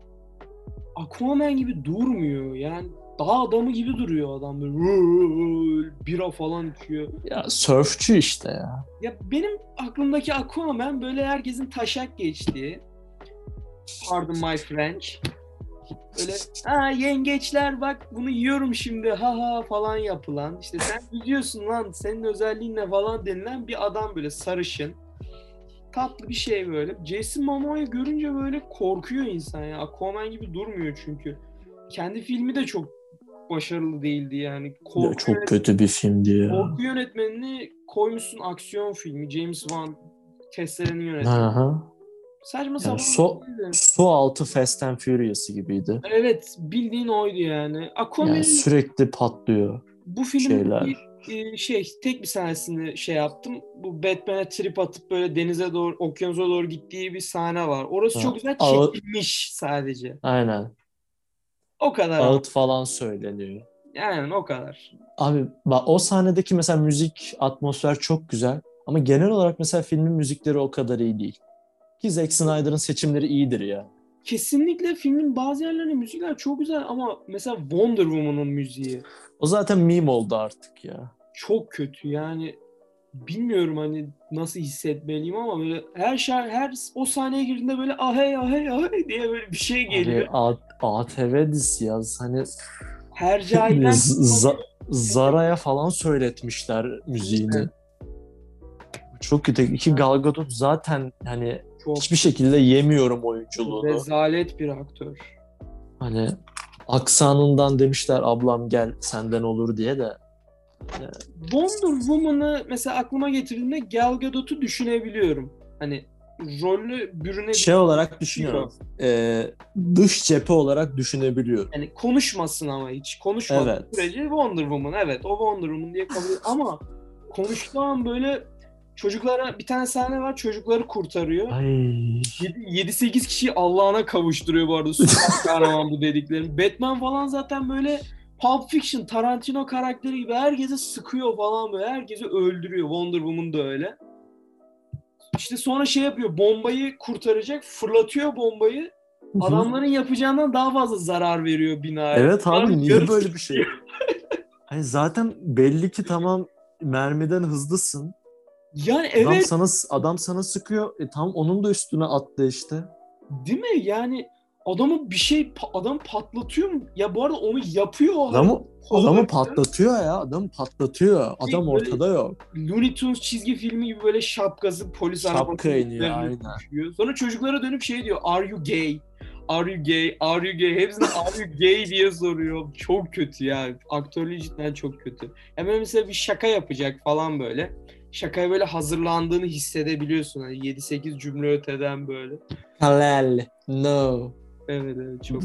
[SPEAKER 1] Aquaman gibi durmuyor yani, dağ adamı gibi duruyor adam böyle "Vıı", bira falan içiyor.
[SPEAKER 2] Ya sörfçü işte ya.
[SPEAKER 1] Ya benim aklımdaki Aquaman böyle herkesin taşak geçtiği, pardon my French, böyle ha yengeçler bak bunu yiyorum şimdi ha ha falan yapılan, işte sen biliyorsun lan senin özelliğin ne falan denilen bir adam, böyle sarışın tatlı bir şey böyle. Jason Momoa'yı görünce böyle korkuyor insan ya. Aquaman gibi durmuyor çünkü. Kendi filmi de çok başarılı değildi yani.
[SPEAKER 2] Ya çok kötü bir filmdi ya.
[SPEAKER 1] Korku yönetmenini koymuşsun aksiyon filmi. James Wan testlerini yönetmen.
[SPEAKER 2] Aha.
[SPEAKER 1] Saçma
[SPEAKER 2] Yani
[SPEAKER 1] sapan bir şeydi.
[SPEAKER 2] su altı Fast and Furious gibiydi.
[SPEAKER 1] Evet, bildiğin oydu yani.
[SPEAKER 2] Yani
[SPEAKER 1] Aquaman,
[SPEAKER 2] sürekli patlıyor
[SPEAKER 1] bu filmdeki
[SPEAKER 2] şeyler.
[SPEAKER 1] tek bir sahnesini şey yaptım. Bu Batman'e trip atıp böyle denize doğru, okyanusa doğru gittiği bir sahne var. Orası çok
[SPEAKER 2] Ha,
[SPEAKER 1] güzel çekilmiş sadece.
[SPEAKER 2] aynen.
[SPEAKER 1] O kadar ama.
[SPEAKER 2] Ağıt falan söyleniyor.
[SPEAKER 1] Yani o kadar.
[SPEAKER 2] Abi bak o sahnedeki mesela müzik, atmosfer çok güzel. Ama genel olarak mesela filmin müzikleri o kadar iyi değil. Ki Zack Snyder'ın seçimleri iyidir ya.
[SPEAKER 1] Kesinlikle filmin bazı yerlerinde müzikler çok güzel ama mesela Wonder Woman'ın müziği
[SPEAKER 2] O zaten meme oldu artık ya.
[SPEAKER 1] çok kötü. Yani bilmiyorum hani nasıl hissetmeliyim ama böyle her o sahneye girdiğinde böyle ahey ahey ahey diye böyle bir şey
[SPEAKER 2] Abi
[SPEAKER 1] geliyor.
[SPEAKER 2] ATV dizisi yaz. Hani
[SPEAKER 1] Hercai'den
[SPEAKER 2] Zara'ya falan söyletmişler müziğini. Çok kötü. Ki Gal Gadot zaten hani
[SPEAKER 1] çok
[SPEAKER 2] hiçbir şekilde yemiyorum oyunculuğunu.
[SPEAKER 1] rezalet bir aktör.
[SPEAKER 2] Hani aksanından demişler ablam gel senden olur diye de. Hani
[SPEAKER 1] Wonder Woman'ı mesela aklıma getirdiğimde Gal Gadot'u düşünebiliyorum. Hani rolü
[SPEAKER 2] şey
[SPEAKER 1] bürünebiliyor.
[SPEAKER 2] olarak düşünüyorum. Dış cephe olarak düşünebiliyorum.
[SPEAKER 1] Yani konuşmasın ama hiç konuşmadığı
[SPEAKER 2] Evet.
[SPEAKER 1] sürece Wonder Woman. Evet o Wonder Woman diye kabul ediyor. Ama konuştuğu an böyle çocuklara bir tane sahne var çocukları kurtarıyor.
[SPEAKER 2] Ay.
[SPEAKER 1] 7-8 kişiyi Allah'ına kavuşturuyor bu arada. Süper kahraman bu dediklerim. Batman falan zaten böyle Pulp Fiction, Tarantino karakteri gibi herkesi sıkıyor falan böyle. Herkesi öldürüyor. Wonder Woman da öyle. İşte sonra şey yapıyor. Bombayı kurtaracak. Fırlatıyor bombayı. Adamların yapacağından daha fazla zarar veriyor binaya.
[SPEAKER 2] Evet abi
[SPEAKER 1] Binanın
[SPEAKER 2] niye
[SPEAKER 1] yarısı
[SPEAKER 2] böyle bir şey? Hani zaten belli ki tamam mermiden hızlısın.
[SPEAKER 1] yani
[SPEAKER 2] Adam
[SPEAKER 1] evet,
[SPEAKER 2] sana sıkıyor. Tam onun da üstüne attı işte.
[SPEAKER 1] değil mi? Yani adamı bir şey adam patlatıyor mu? Ya bu arada onu yapıyor o hareket.
[SPEAKER 2] Adamı
[SPEAKER 1] Kollarıyla.
[SPEAKER 2] patlatıyor ya. Adamı patlatıyor. Adam
[SPEAKER 1] Böyle
[SPEAKER 2] ortada yok.
[SPEAKER 1] Looney Tunes çizgi filmi gibi böyle şapkası polis
[SPEAKER 2] Şapka
[SPEAKER 1] arabasının
[SPEAKER 2] iniyor
[SPEAKER 1] üzerine
[SPEAKER 2] aynen.
[SPEAKER 1] düşüyor. Sonra çocuklara dönüp şey diyor. Are you gay? Are you gay? Are you gay? Hepsine are you gay diye soruyor. Çok kötü ya. Aktörlüğü cidden çok kötü. Hemen mesela bir şaka yapacak falan böyle. Şakaya böyle hazırlandığını hissedebiliyorsun. Hani 7-8 cümle öteden böyle.
[SPEAKER 2] Halal. No.
[SPEAKER 1] Evet evet çok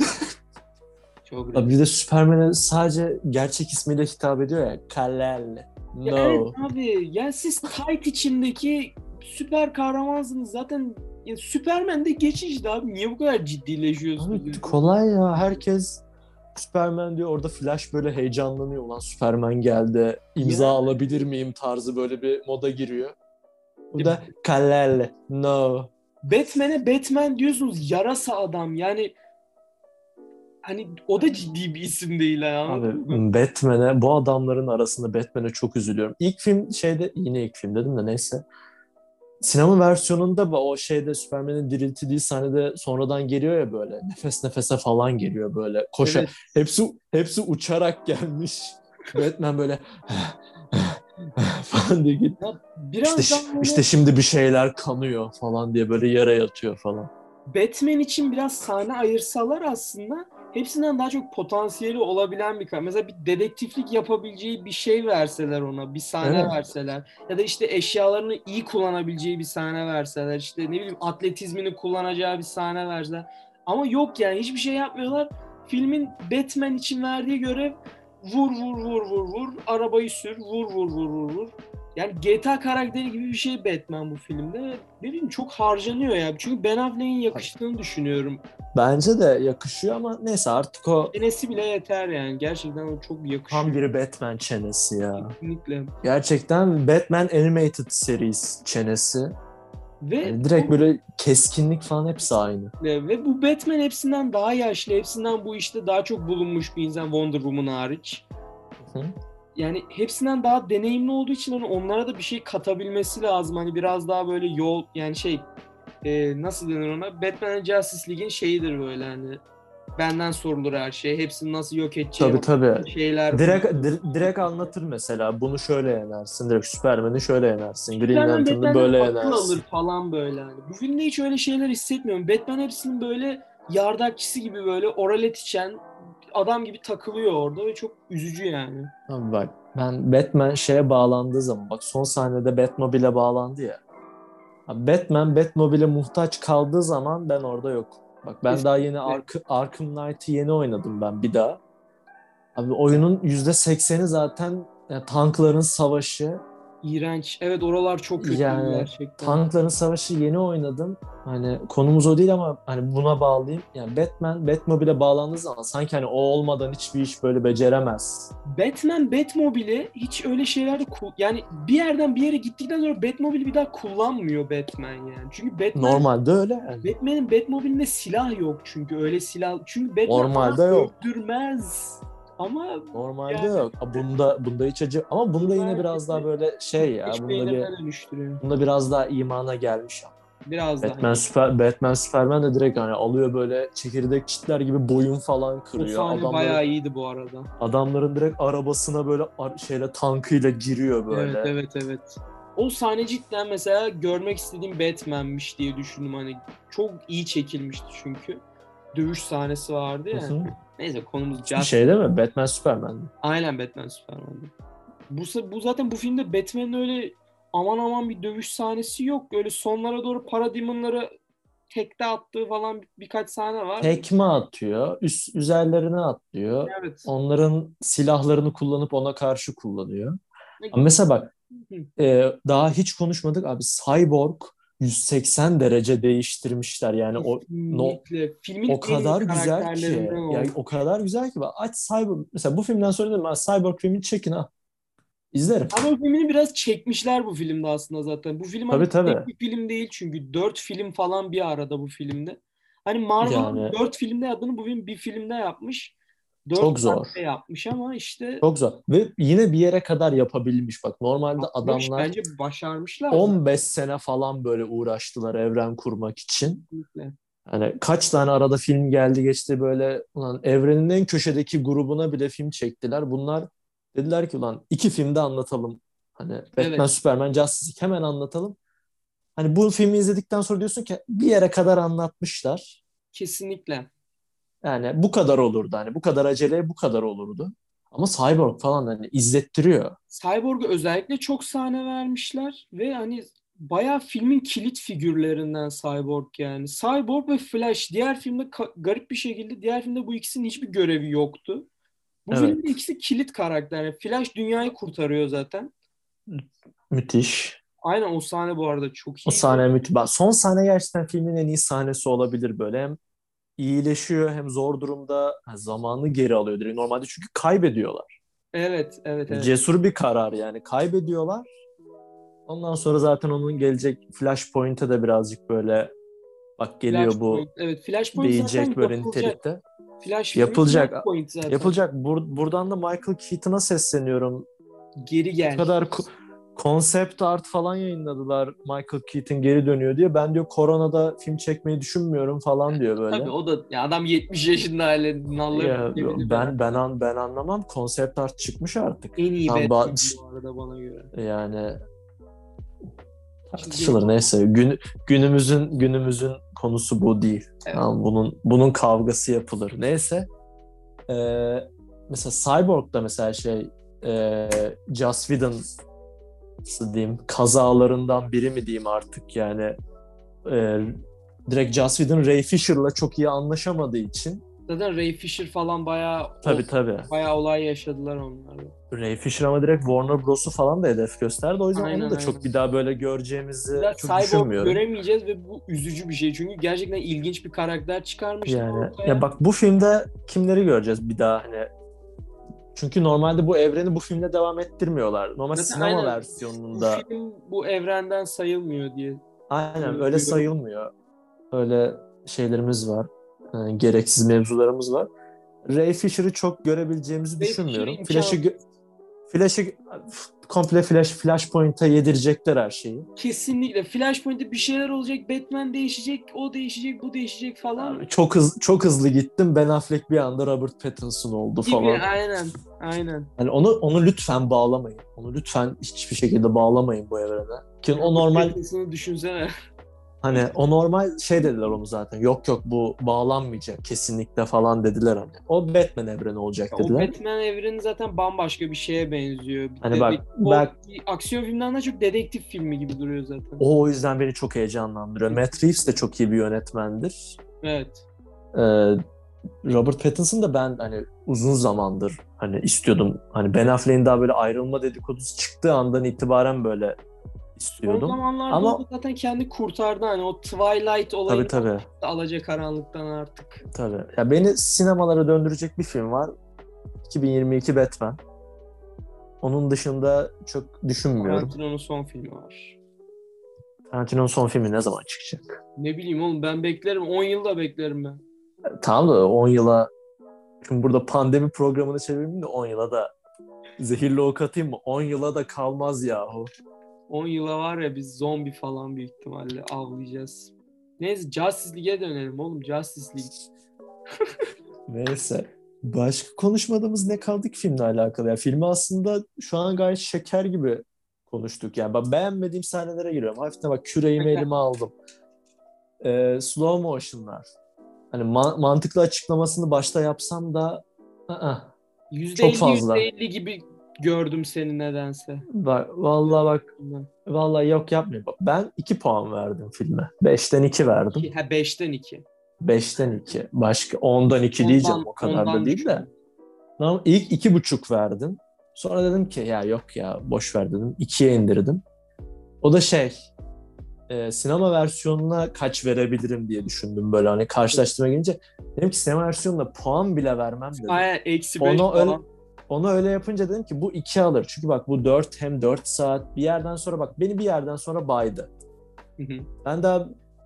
[SPEAKER 1] çok
[SPEAKER 2] Abi
[SPEAKER 1] rezil.
[SPEAKER 2] bir de Superman'e sadece gerçek ismiyle hitap ediyor ya. Kal-El.
[SPEAKER 1] Ya evet
[SPEAKER 2] No.
[SPEAKER 1] abi ya siz tight içindeki süper kahramansınız zaten ya Superman de geçici abi niye bu kadar ciddileşiyorsunuz?
[SPEAKER 2] Abi kolay ya. Herkes Superman diyor. Orada Flash böyle heyecanlanıyor. Ulan Superman geldi. İmza
[SPEAKER 1] Ya,
[SPEAKER 2] alabilir miyim tarzı böyle bir moda giriyor.
[SPEAKER 1] ya
[SPEAKER 2] Bu da Kal-El. No.
[SPEAKER 1] Batman'e Batman diyorsunuz yarasa adam yani hani o da ciddi bir isim değil yani,
[SPEAKER 2] Abi
[SPEAKER 1] anladın mı?
[SPEAKER 2] Batman'e bu adamların arasında Batman'e çok üzülüyorum. İlk film şeyde yine ilk film dedim de neyse. Sinema versiyonunda o şeyde Superman'in diriltildiği sahnede sonradan geliyor ya böyle nefes nefese falan geliyor böyle koşa.
[SPEAKER 1] Evet.
[SPEAKER 2] Hepsi uçarak gelmiş. Batman böyle falan diye git.
[SPEAKER 1] Ya
[SPEAKER 2] İşte
[SPEAKER 1] biraz daha
[SPEAKER 2] işte
[SPEAKER 1] böyle
[SPEAKER 2] şimdi bir şeyler kanıyor falan diye böyle yere yatıyor falan.
[SPEAKER 1] Batman için biraz sahne ayırsalar aslında hepsinden daha çok potansiyeli olabilen bir karakter. Mesela bir dedektiflik yapabileceği bir şey verseler ona, bir sahne
[SPEAKER 2] Evet.
[SPEAKER 1] verseler ya da işte eşyalarını iyi kullanabileceği bir sahne verseler, işte ne bileyim atletizmini kullanacağı bir sahne verseler. Ama yok yani hiçbir şey yapmıyorlar. Filmin Batman için verdiği görev vur vur vur vur vur, arabayı sür, vur vur vur vur vur. Yani GTA karakteri gibi bir şey Batman bu filmde. Ne bileyim çok harcanıyor ya. Çünkü Ben Affleck'in yakıştığını düşünüyorum.
[SPEAKER 2] Bence de yakışıyor ama neyse artık o
[SPEAKER 1] Çenesi bile yeter yani. Gerçekten o çok
[SPEAKER 2] tam
[SPEAKER 1] yakışıyor.
[SPEAKER 2] bir Batman çenesi ya.
[SPEAKER 1] Kesinlikle.
[SPEAKER 2] Gerçekten Batman Animated Series çenesi.
[SPEAKER 1] Ve
[SPEAKER 2] Yani direkt böyle keskinlik falan hepsi aynı.
[SPEAKER 1] ve bu Batman hepsinden daha yaşlı, hepsinden bu işte daha çok bulunmuş bir insan Wonder Woman hariç.
[SPEAKER 2] Hı.
[SPEAKER 1] Yani hepsinden daha deneyimli olduğu için hani onlara da bir şey katabilmesi lazım. Hani biraz daha böyle yol yani şey nasıl denir ona? Batman and Justice League'in şeyidir böyle hani benden sorulur her şey. Hepsini nasıl yok edeceği
[SPEAKER 2] Tabii tabii.
[SPEAKER 1] şeyler.
[SPEAKER 2] Direkt anlatır mesela. Bunu şöyle yenersin. Direkt Superman'i şöyle yenersin. Green
[SPEAKER 1] Superman
[SPEAKER 2] Lantern'ı
[SPEAKER 1] Batman'den
[SPEAKER 2] böyle
[SPEAKER 1] akıl alır
[SPEAKER 2] yenersin.
[SPEAKER 1] falan böyle hani. Bu filmde hiç öyle şeyler hissetmiyorum. Batman hepsinin böyle yardakçısı gibi böyle oralet içen adam gibi takılıyor orada ve çok üzücü yani.
[SPEAKER 2] Abi bak ben Batman şeye bağlandığı zaman bak son sahnede Batmobile'e bağlandı ya. Abi Batman Batmobile'e muhtaç kaldığı zaman ben orada yok. Bak ben daha yeni
[SPEAKER 1] Kesinlikle.
[SPEAKER 2] Arkham Knight'ı yeni oynadım ben bir daha. Abi oyunun %80'i zaten tankların savaşı.
[SPEAKER 1] İğrenç. Evet, oralar çok kötüydü
[SPEAKER 2] Yani
[SPEAKER 1] gerçekten.
[SPEAKER 2] Tankların Savaşı yeni oynadım. Hani konumuz o değil ama hani buna bağlayayım. Yani Batmobile'e bağlandığı zaman sanki hani o olmadan hiçbir iş böyle beceremez.
[SPEAKER 1] Batmobile'i hiç öyle şeylerde yani bir yerden bir yere gittikten sonra Batmobile'i bir daha kullanmıyor Batman yani. Çünkü
[SPEAKER 2] Normalde öyle yani.
[SPEAKER 1] Batman'in Batmobile'inde silah yok çünkü öyle silah. Çünkü Batman adam
[SPEAKER 2] Normalde yok.
[SPEAKER 1] öldürmez. Ama
[SPEAKER 2] Normalde
[SPEAKER 1] yani
[SPEAKER 2] yok. Bunda hiç acı ama bunda yine biraz daha
[SPEAKER 1] öldürmezdi.
[SPEAKER 2] böyle şey ya.
[SPEAKER 1] Hiç peynirine dönüştürüyor.
[SPEAKER 2] Bunda biraz daha imana gelmiş ama.
[SPEAKER 1] Biraz daha iyi.
[SPEAKER 2] Batman Superman de direkt hani alıyor böyle çekirdek çitler gibi boyun falan
[SPEAKER 1] O
[SPEAKER 2] kırıyor.
[SPEAKER 1] sahne bayağı iyiydi bu arada.
[SPEAKER 2] Adamların direkt arabasına böyle tankıyla giriyor
[SPEAKER 1] Evet,
[SPEAKER 2] böyle.
[SPEAKER 1] evet, evet. O sahne cidden mesela görmek istediğim Batman'miş diye düşündüm. Hani çok iyi çekilmişti çünkü. Dövüş sahnesi vardı
[SPEAKER 2] Hı
[SPEAKER 1] ya.
[SPEAKER 2] hı.
[SPEAKER 1] Neyse, konumuz
[SPEAKER 2] Bir şey
[SPEAKER 1] Justice.
[SPEAKER 2] değil mi? Batman Superman mi?
[SPEAKER 1] Aynen, Batman Superman'de. Bu zaten bu filmde Batman'in öyle aman aman bir dövüş sahnesi yok. Öyle sonlara doğru Parademon'ları tekte attığı falan birkaç sahne var.
[SPEAKER 2] Tekme atıyor. Üzerlerine atlıyor.
[SPEAKER 1] Evet.
[SPEAKER 2] Onların silahlarını kullanıp ona karşı kullanıyor. Ama mesela bak
[SPEAKER 1] Hı,
[SPEAKER 2] daha hiç konuşmadık abi. Cyborg 180 derece değiştirmişler. Yani
[SPEAKER 1] kesinlikle. Filmin
[SPEAKER 2] o
[SPEAKER 1] en iyi
[SPEAKER 2] kadar güzel
[SPEAKER 1] karakterlerinden
[SPEAKER 2] ki. Ya
[SPEAKER 1] oldu.
[SPEAKER 2] o kadar güzel ki. Bak, aç Cyborg. Mesela bu filmden sonra dedim ben Cyborg filmini çekin ha. İzlerim.
[SPEAKER 1] Ama filmini biraz çekmişler bu filmde aslında zaten. Bu film hani
[SPEAKER 2] Tabii
[SPEAKER 1] tek
[SPEAKER 2] tabii.
[SPEAKER 1] bir film değil çünkü 4 film falan bir arada bu filmde. Hani Marvel'ın
[SPEAKER 2] Yani
[SPEAKER 1] 4 filmde yaptığını bu film bir filmde yapmış. 4
[SPEAKER 2] çok zor.
[SPEAKER 1] saatte yapmış ama işte
[SPEAKER 2] Çok zor. Ve yine bir yere kadar yapabilmiş. Bak normalde
[SPEAKER 1] yapmış.
[SPEAKER 2] adamlar
[SPEAKER 1] Bence başarmışlar zaten.
[SPEAKER 2] 15 sene falan böyle uğraştılar evren kurmak için.
[SPEAKER 1] Kesinlikle.
[SPEAKER 2] Hani kaç tane arada film geldi geçti böyle ulan evrenin en köşedeki grubuna bile film çektiler. Bunlar dediler ki ulan iki filmde anlatalım. Hani Batman,
[SPEAKER 1] Evet,
[SPEAKER 2] Superman, Justice League hemen anlatalım. Hani bu filmi izledikten sonra diyorsun ki bir yere kadar anlatmışlar.
[SPEAKER 1] kesinlikle.
[SPEAKER 2] Yani bu kadar olurdu. Hani bu kadar aceleye bu kadar olurdu. Ama Cyborg falan hani izlettiriyor.
[SPEAKER 1] Cyborg'a özellikle çok sahne vermişler ve hani bayağı filmin kilit figürlerinden Cyborg yani. Cyborg ve Flash diğer filmde garip bir şekilde diğer filmde bu ikisinin hiçbir görevi yoktu. Bu filmde
[SPEAKER 2] Evet.
[SPEAKER 1] ikisi kilit karakter. Yani Flash dünyayı kurtarıyor zaten.
[SPEAKER 2] Müthiş.
[SPEAKER 1] Aynen, o sahne bu arada çok
[SPEAKER 2] O
[SPEAKER 1] iyiydi.
[SPEAKER 2] sahne müthiş. Bak, son sahne gerçekten filmin en iyi sahnesi olabilir böyle. Hem iyileşiyor hem zor durumda zamanını geri alıyor direkt. Normalde çünkü kaybediyorlar.
[SPEAKER 1] Evet, evet, evet.
[SPEAKER 2] Cesur bir karar yani. Kaybediyorlar. Ondan sonra zaten onun gelecek Flashpoint'e de birazcık böyle bak geliyor bu
[SPEAKER 1] Flashpoint. Evet, Flashpoint zaten
[SPEAKER 2] diyecek böyle
[SPEAKER 1] yapılacak.
[SPEAKER 2] nitelikte.
[SPEAKER 1] Yapılacak
[SPEAKER 2] Yapılacak.
[SPEAKER 1] point zaten.
[SPEAKER 2] Yapılacak. Buradan da Michael Keaton'a sesleniyorum.
[SPEAKER 1] Geri
[SPEAKER 2] Bu
[SPEAKER 1] gel.
[SPEAKER 2] kadar konsept art falan yayınladılar Michael Keaton geri dönüyor diye. Ben diyor koronada film çekmeyi düşünmüyorum falan diyor
[SPEAKER 1] Tabii
[SPEAKER 2] böyle.
[SPEAKER 1] o da ya, adam 70 yaşında hala nalları
[SPEAKER 2] Ya
[SPEAKER 1] dökebilir
[SPEAKER 2] ben
[SPEAKER 1] herhalde.
[SPEAKER 2] ben anlamam. Konsept art çıkmış artık.
[SPEAKER 1] En iyi
[SPEAKER 2] Tam
[SPEAKER 1] Batman bu arada bana göre.
[SPEAKER 2] yani
[SPEAKER 1] Çizgi
[SPEAKER 2] tartışılır neyse. Günümüzün konusu bu değil.
[SPEAKER 1] evet.
[SPEAKER 2] Tamam, bunun kavgası yapılır. Neyse. Mesela Cyborg'da mesela Joss Whedon nasıl diyeyim kazalarından biri mi diyeyim artık yani e, direkt Joss Whedon Ray Fisher'la çok iyi anlaşamadığı için
[SPEAKER 1] Zaten Ray Fisher falan
[SPEAKER 2] tabii tabii
[SPEAKER 1] bayağı olay yaşadılar onlar.
[SPEAKER 2] Ray Fisher ama direkt Warner Bros'u falan da hedef gösterdi. O yüzden onu
[SPEAKER 1] Aynen,
[SPEAKER 2] da çok
[SPEAKER 1] aynen.
[SPEAKER 2] bir daha böyle
[SPEAKER 1] Bir
[SPEAKER 2] göreceğimizi
[SPEAKER 1] daha
[SPEAKER 2] çok
[SPEAKER 1] Cyborg
[SPEAKER 2] düşünmüyorum.
[SPEAKER 1] göremeyeceğiz ve bu üzücü bir şey. Çünkü gerçekten ilginç bir karakter çıkarmışlar
[SPEAKER 2] Yani ya
[SPEAKER 1] ortaya.
[SPEAKER 2] bak bu filmde kimleri göreceğiz bir daha hani çünkü normalde bu evreni bu filmde devam ettirmiyorlar. Normal
[SPEAKER 1] Zaten
[SPEAKER 2] sinema
[SPEAKER 1] aynen bu
[SPEAKER 2] versiyonunda
[SPEAKER 1] film bu evrenden sayılmıyor diye
[SPEAKER 2] aynen öyle
[SPEAKER 1] duyuyorum.
[SPEAKER 2] sayılmıyor. Öyle şeylerimiz var. Gereksiz mevzularımız var. Ray Fisher'ı çok görebileceğimizi
[SPEAKER 1] Ray Fisher
[SPEAKER 2] düşünmüyorum.
[SPEAKER 1] imkansız.
[SPEAKER 2] Flash'ı komple Flashpoint'a yedirecekler her şeyi.
[SPEAKER 1] Kesinlikle. Flashpoint'te bir şeyler olacak. Batman değişecek, o değişecek, bu değişecek falan
[SPEAKER 2] Abi çok hızlı gittim. Ben Affleck bir anda Robert Pattinson oldu
[SPEAKER 1] gibi.
[SPEAKER 2] falan.
[SPEAKER 1] Aynen. Aynen.
[SPEAKER 2] Hani onu lütfen bağlamayın. Onu lütfen hiçbir şekilde bağlamayın bu evrene. Ki o
[SPEAKER 1] Robert
[SPEAKER 2] normal
[SPEAKER 1] Pattinson'ı düşünsene.
[SPEAKER 2] hani o normal dediler onu zaten. Yok bu bağlanmayacak kesinlikle falan dediler hani. O Batman evreni olacak
[SPEAKER 1] O
[SPEAKER 2] dediler.
[SPEAKER 1] Batman evreni zaten bambaşka bir şeye benziyor.
[SPEAKER 2] Hani bak
[SPEAKER 1] O
[SPEAKER 2] bak
[SPEAKER 1] bir aksiyon filmden daha çok dedektif filmi gibi duruyor zaten.
[SPEAKER 2] o yüzden beni çok heyecanlandırıyor. Matt Reeves de çok iyi bir yönetmendir.
[SPEAKER 1] Evet.
[SPEAKER 2] Ee, Robert Pattinson da ben hani uzun zamandır hani istiyordum. Hani Ben Affleck'in daha böyle ayrılma dedikodusu çıktığı andan itibaren böyle
[SPEAKER 1] Son
[SPEAKER 2] istiyordum.
[SPEAKER 1] zamanlarda o
[SPEAKER 2] Ama
[SPEAKER 1] da zaten kendi kurtardı. Hani o Twilight
[SPEAKER 2] tabii
[SPEAKER 1] olayından
[SPEAKER 2] tabii
[SPEAKER 1] çıktı Alacakaranlık'tan artık.
[SPEAKER 2] tabii. Ya beni sinemalara döndürecek bir film var. 2022 Batman. Onun dışında çok düşünmüyorum.
[SPEAKER 1] Tarantino'nun son filmi var.
[SPEAKER 2] Tarantino'nun son filmi ne zaman çıkacak?
[SPEAKER 1] Ne bileyim oğlum, ben beklerim. 10 yılda beklerim ben.
[SPEAKER 2] Tamam da 10 yıla, şimdi burada pandemi programını çevireyim de 10 yıla da zehirli ok atayım mı? 10 yıla da kalmaz yahu.
[SPEAKER 1] 10 yıla var ya, biz zombi falan büyük ihtimalle avlayacağız. Neyse, Justice League'e dönelim oğlum. Justice League.
[SPEAKER 2] Neyse. Başka konuşmadığımız ne kaldı ki filmle alakalı? Ya filmi aslında şu an gayet şeker gibi konuştuk. Yani ben beğenmediğim sahnelere giriyorum. Hafiften bak küreğimi elime aldım. Slow motion'lar. Hani mantıklı açıklamasını başta yapsam da çok
[SPEAKER 1] %50
[SPEAKER 2] fazla.
[SPEAKER 1] %50 gibi gördüm seni nedense.
[SPEAKER 2] Bak, vallahi bak, vallahi yok yapmayayım. Bak, ben 2 puan verdim filme. 5'ten 2 verdim.
[SPEAKER 1] Ha, 5'ten 2.
[SPEAKER 2] 5'ten 2. Başka 10'dan 2 diyeceğim, o kadar da
[SPEAKER 1] Ondan
[SPEAKER 2] değil de.
[SPEAKER 1] düşün.
[SPEAKER 2] Tamam, ilk 2,5 verdim. Sonra dedim ki ya yok ya boş ver dedim. 2'ye indirdim. O da sinema versiyonuna kaç verebilirim diye düşündüm böyle hani karşılaştırma gelince. Dedim ki sinema versiyonuna puan bile vermem dedim.
[SPEAKER 1] Aynen, -5
[SPEAKER 2] Onu öyle,
[SPEAKER 1] falan.
[SPEAKER 2] onu öyle yapınca dedim ki bu 2 alır. Çünkü bak bu 4, hem 4 saat bir yerden sonra bak beni bir yerden sonra baydı.
[SPEAKER 1] Hı hı.
[SPEAKER 2] Ben daha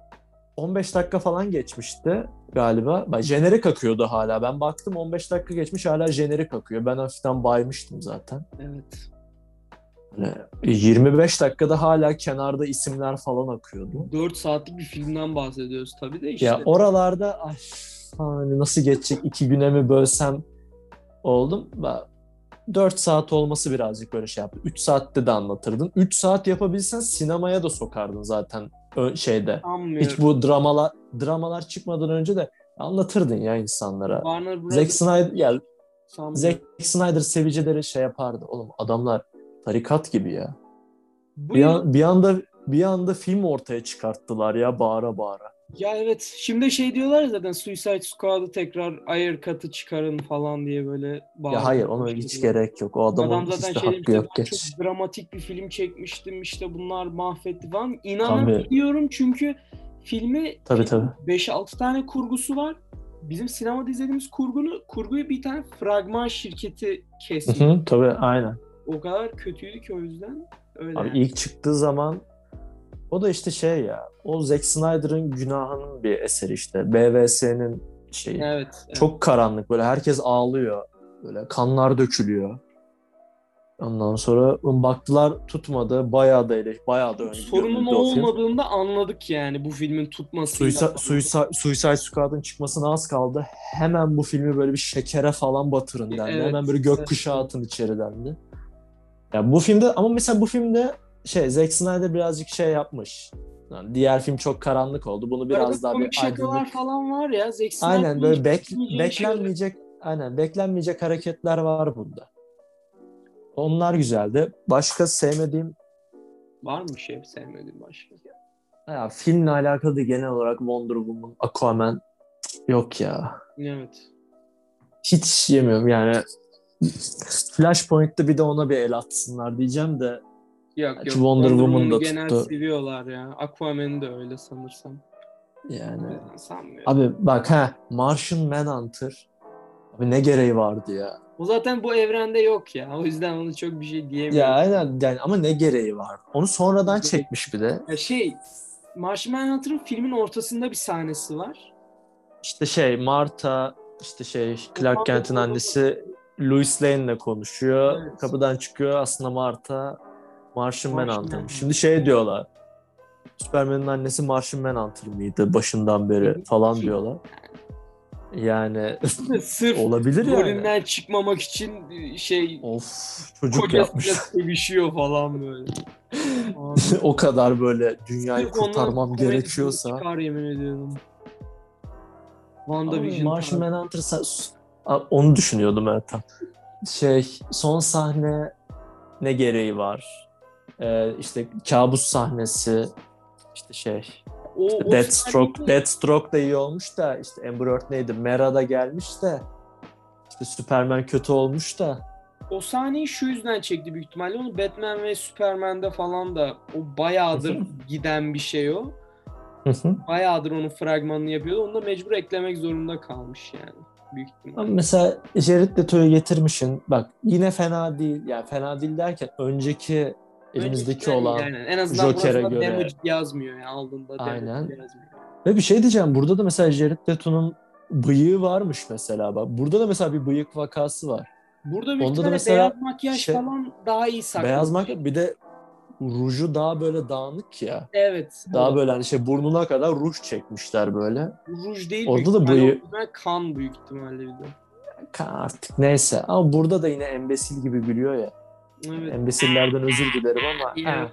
[SPEAKER 2] 15 dakika falan geçmişti galiba. Bak jenerik akıyordu hala. Ben baktım 15 dakika geçmiş hala jenerik akıyor. Ben hafiften baymıştım zaten.
[SPEAKER 1] Evet.
[SPEAKER 2] Hani 25 dakikada hala kenarda isimler falan akıyordu.
[SPEAKER 1] 4 saatlik bir filmden bahsediyoruz tabii de işte.
[SPEAKER 2] Ya oralarda ay, hani nasıl geçecek 2 güne mi bölsem oldum. 4 saat olması birazcık böyle şey yaptı. 3 saatte de anlatırdın. 3 saat yapabilsen sinemaya da sokardın zaten şeyde. Hiç
[SPEAKER 1] Sanmıyorum.
[SPEAKER 2] bu dramalar çıkmadan önce de anlatırdın ya insanlara.
[SPEAKER 1] Warner
[SPEAKER 2] Zack
[SPEAKER 1] Brothers
[SPEAKER 2] Snyder ya
[SPEAKER 1] sanmıyorum.
[SPEAKER 2] Zack Snyder sevicileri şey yapardı. Oğlum adamlar tarikat gibi ya.
[SPEAKER 1] Bu
[SPEAKER 2] Bir,
[SPEAKER 1] yıl,
[SPEAKER 2] an, bir anda bir anda film ortaya çıkarttılar ya bağıra bağıra.
[SPEAKER 1] ya evet, şimdi şey diyorlar ya zaten, Suicide Squad'ı tekrar ayer katı çıkarın falan diye böyle
[SPEAKER 2] Ya hayır,
[SPEAKER 1] bağırmaya
[SPEAKER 2] ona hiç
[SPEAKER 1] başladılar.
[SPEAKER 2] gerek yok. O
[SPEAKER 1] Adam
[SPEAKER 2] adamın
[SPEAKER 1] zaten
[SPEAKER 2] hiçbir
[SPEAKER 1] şey
[SPEAKER 2] hakkı
[SPEAKER 1] demişti,
[SPEAKER 2] yok
[SPEAKER 1] ben çok
[SPEAKER 2] geç.
[SPEAKER 1] dramatik bir film çekmiştim, işte bunlar mahvetti falan. İnanın
[SPEAKER 2] Tabii
[SPEAKER 1] biliyorum çünkü
[SPEAKER 2] tabii
[SPEAKER 1] film
[SPEAKER 2] tabii.
[SPEAKER 1] 5-6 tane kurgusu var. Bizim sinemada izlediğimiz kurguyu bir tane fragman şirketi
[SPEAKER 2] Hı
[SPEAKER 1] kesiyor.
[SPEAKER 2] hı, tabii aynen.
[SPEAKER 1] O kadar kötüydü ki o yüzden öyle
[SPEAKER 2] Abi
[SPEAKER 1] yani.
[SPEAKER 2] ilk çıktığı zaman o da işte şey ya, o Zack Snyder'ın günahının bir eseri işte. BVS'nin şeyi.
[SPEAKER 1] Evet, evet.
[SPEAKER 2] Çok karanlık, böyle herkes ağlıyor. Böyle kanlar dökülüyor. Ondan sonra baktılar tutmadı. Bayağı da
[SPEAKER 1] Sorunun o
[SPEAKER 2] gömüldü o film.
[SPEAKER 1] olmadığında anladık yani bu filmin tutmasıyla falan.
[SPEAKER 2] Suicide Squad'ın çıkmasına az kaldı. Hemen bu filmi böyle bir şekere falan batırın dendi. Hemen
[SPEAKER 1] Evet,
[SPEAKER 2] böyle
[SPEAKER 1] evet,
[SPEAKER 2] gökkuşağı
[SPEAKER 1] evet.
[SPEAKER 2] atın içeri dendi. Ya bu filmde ama mesela bu filmde Zack Snyder birazcık şey yapmış. Yani diğer film çok karanlık oldu. Bunu
[SPEAKER 1] Arada
[SPEAKER 2] biraz daha bir
[SPEAKER 1] komik şakalar
[SPEAKER 2] aydınlık.
[SPEAKER 1] falan var ya. Zack
[SPEAKER 2] Aynen
[SPEAKER 1] Snyder'ın hiç
[SPEAKER 2] böyle
[SPEAKER 1] düşünmeyeceğin şeyler.
[SPEAKER 2] beklenmeyecek hareketler var bunda. Onlar güzeldi. Başka sevmediğim
[SPEAKER 1] Var mı şey sevmediğin başka?
[SPEAKER 2] ya, filmle alakalı da genel olarak Wonder Woman, Aquaman yok ya.
[SPEAKER 1] Evet.
[SPEAKER 2] Hiç yemiyorum yani. Flashpoint'te bir de ona bir el atsınlar diyeceğim de
[SPEAKER 1] Yok yok.
[SPEAKER 2] Wonder
[SPEAKER 1] Wonder
[SPEAKER 2] Woman
[SPEAKER 1] Woman'ı
[SPEAKER 2] da
[SPEAKER 1] genel
[SPEAKER 2] tuttu.
[SPEAKER 1] seviyorlar ya. Aquaman'ı da öyle sanırsam. O
[SPEAKER 2] Yani
[SPEAKER 1] yüzden sanmıyorum.
[SPEAKER 2] abi bak Martian Manhunter. Abi ne gereği vardı ya?
[SPEAKER 1] O zaten bu evrende yok ya. O yüzden onu çok bir şey
[SPEAKER 2] Ya
[SPEAKER 1] diyemiyorum.
[SPEAKER 2] aynen yani, ama ne gereği var? Onu sonradan çekmiş bir de.
[SPEAKER 1] Ya Martian Manhunter'ın filmin ortasında bir sahnesi var.
[SPEAKER 2] İşte Martha, işte Clark
[SPEAKER 1] Ondan
[SPEAKER 2] Kent'in annesi Lois Lane'le konuşuyor.
[SPEAKER 1] evet.
[SPEAKER 2] Kapıdan çıkıyor. Aslında Martha Martian
[SPEAKER 1] Martian
[SPEAKER 2] Manhunter'mış. Şimdi
[SPEAKER 1] Manhunter.
[SPEAKER 2] diyorlar. Superman'in annesi Martian Manhunter mıydı başından beri falan diyorlar. Yani
[SPEAKER 1] Sırf
[SPEAKER 2] olabilir yani.
[SPEAKER 1] rolünden çıkmamak için
[SPEAKER 2] Of, çocuk
[SPEAKER 1] kocasıyla
[SPEAKER 2] yapmış.
[SPEAKER 1] sevişiyor falan böyle. Abi.
[SPEAKER 2] O kadar böyle dünyayı
[SPEAKER 1] Sırf onun
[SPEAKER 2] kurtarmam
[SPEAKER 1] komedisini
[SPEAKER 2] gerekiyorsa.
[SPEAKER 1] çıkar yemin ediyorum.
[SPEAKER 2] Ama
[SPEAKER 1] WandaVision
[SPEAKER 2] Martian
[SPEAKER 1] tarzı.
[SPEAKER 2] Manhunter onu düşünüyordum Ertan. Son sahne ne gereği var? İşte kabus sahnesi, işte
[SPEAKER 1] O
[SPEAKER 2] Deathstroke,
[SPEAKER 1] sahnede
[SPEAKER 2] Deathstroke da iyi olmuş da işte Amber Heard neydi? Mera da gelmiş de işte Superman kötü olmuş da.
[SPEAKER 1] o sahneyi şu yüzden çekti büyük ihtimalle. Onu Batman ve Superman'de falan da o bayağıdır giden bir şey o. Bayağıdır onun fragmanını yapıyordu. Onu da mecbur eklemek zorunda kalmış yani. Büyük
[SPEAKER 2] Ama
[SPEAKER 1] ihtimalle.
[SPEAKER 2] mesela Jared Leto'yu getirmişsin. Bak yine fena değil. Yani fena değil derken önceki elimizdeki
[SPEAKER 1] Öncekinden iyi
[SPEAKER 2] olan
[SPEAKER 1] yani. En azından
[SPEAKER 2] Joker'e
[SPEAKER 1] burasında
[SPEAKER 2] göre
[SPEAKER 1] damage yazmıyor yani. Aldığında damage
[SPEAKER 2] aynen.
[SPEAKER 1] yazmıyor.
[SPEAKER 2] Ve bir şey diyeceğim. Burada da mesela Jared Leto'nun bıyığı varmış mesela. Bak burada da mesela bir bıyık vakası var.
[SPEAKER 1] Burada büyük
[SPEAKER 2] Onda da
[SPEAKER 1] ihtimalle beyaz
[SPEAKER 2] mesela
[SPEAKER 1] makyaj falan daha iyi
[SPEAKER 2] beyaz
[SPEAKER 1] saklamış.
[SPEAKER 2] makyaj bir de ruju daha böyle dağınık ya.
[SPEAKER 1] Evet, o
[SPEAKER 2] Daha
[SPEAKER 1] da.
[SPEAKER 2] böyle hani burnuna kadar ruj çekmişler böyle.
[SPEAKER 1] Ruj değil büyük
[SPEAKER 2] Orada da
[SPEAKER 1] ihtimalle. O
[SPEAKER 2] bıyığı
[SPEAKER 1] yüzden kan büyük ihtimalle bir de.
[SPEAKER 2] artık neyse. Ama burada da yine embesil gibi gülüyor ya.
[SPEAKER 1] Evet.
[SPEAKER 2] Embesillerden özür dilerim ama
[SPEAKER 1] Yani,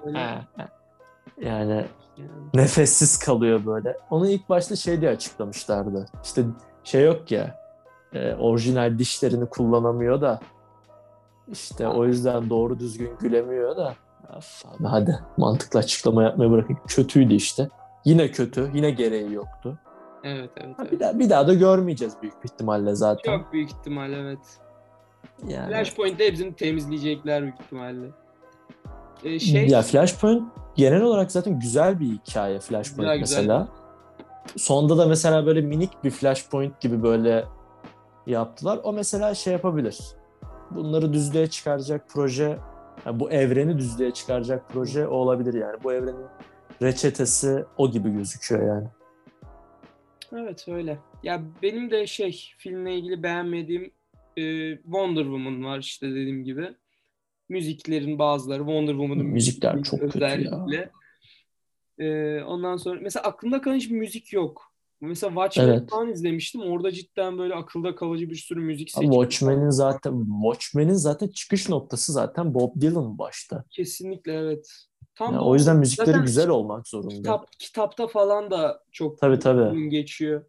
[SPEAKER 2] yani
[SPEAKER 1] yani.
[SPEAKER 2] nefessiz kalıyor böyle. Onu ilk başta şey diye açıklamışlardı. İşte şey yok ya orijinal dişlerini kullanamıyor da işte o yüzden doğru düzgün gülemiyor da abi hadi mantıklı açıklama yapmayı bırakın. Kötüydü işte. Yine kötü. Yine gereği yoktu.
[SPEAKER 1] Evet, evet,
[SPEAKER 2] Ha,
[SPEAKER 1] evet.
[SPEAKER 2] bir daha da görmeyeceğiz büyük bir ihtimalle zaten.
[SPEAKER 1] Çok büyük ihtimal, evet.
[SPEAKER 2] Yani
[SPEAKER 1] Flashpoint'te hepsini temizleyecekler büyük ihtimalle.
[SPEAKER 2] ya Flashpoint genel olarak zaten güzel bir hikaye Flashpoint
[SPEAKER 1] Güzel güzel.
[SPEAKER 2] mesela. Sonda da mesela böyle minik bir Flashpoint gibi böyle yaptılar. O mesela şey yapabilir. Bunları düzlüğe çıkaracak proje, yani bu evreni düzlüğe çıkaracak proje o olabilir yani. Bu evrenin reçetesi o gibi gözüküyor yani.
[SPEAKER 1] Evet, öyle. Ya benim de filmle ilgili beğenmediğim Wonder Woman var işte dediğim gibi. Müziklerin bazıları, Wonder Woman'ın
[SPEAKER 2] Müzikler
[SPEAKER 1] müzikleri
[SPEAKER 2] çok kötü ya.
[SPEAKER 1] özellikle. Ondan sonra mesela aklımda kalan hiçbir müzik yok. Mesela Watchmen
[SPEAKER 2] Evet.
[SPEAKER 1] falan izlemiştim. Orada cidden böyle akılda kalıcı bir sürü müzik
[SPEAKER 2] Abi
[SPEAKER 1] seçimi var.
[SPEAKER 2] Watchmen'in zaten çıkış noktası zaten Bob Dylan başta.
[SPEAKER 1] Kesinlikle, evet. Tam
[SPEAKER 2] Yani
[SPEAKER 1] da
[SPEAKER 2] o yüzden
[SPEAKER 1] o
[SPEAKER 2] müzikleri
[SPEAKER 1] zaten
[SPEAKER 2] güzel olmak zorunda.
[SPEAKER 1] kitapta falan da çok
[SPEAKER 2] Tabii tabii.
[SPEAKER 1] düzgün geçiyor.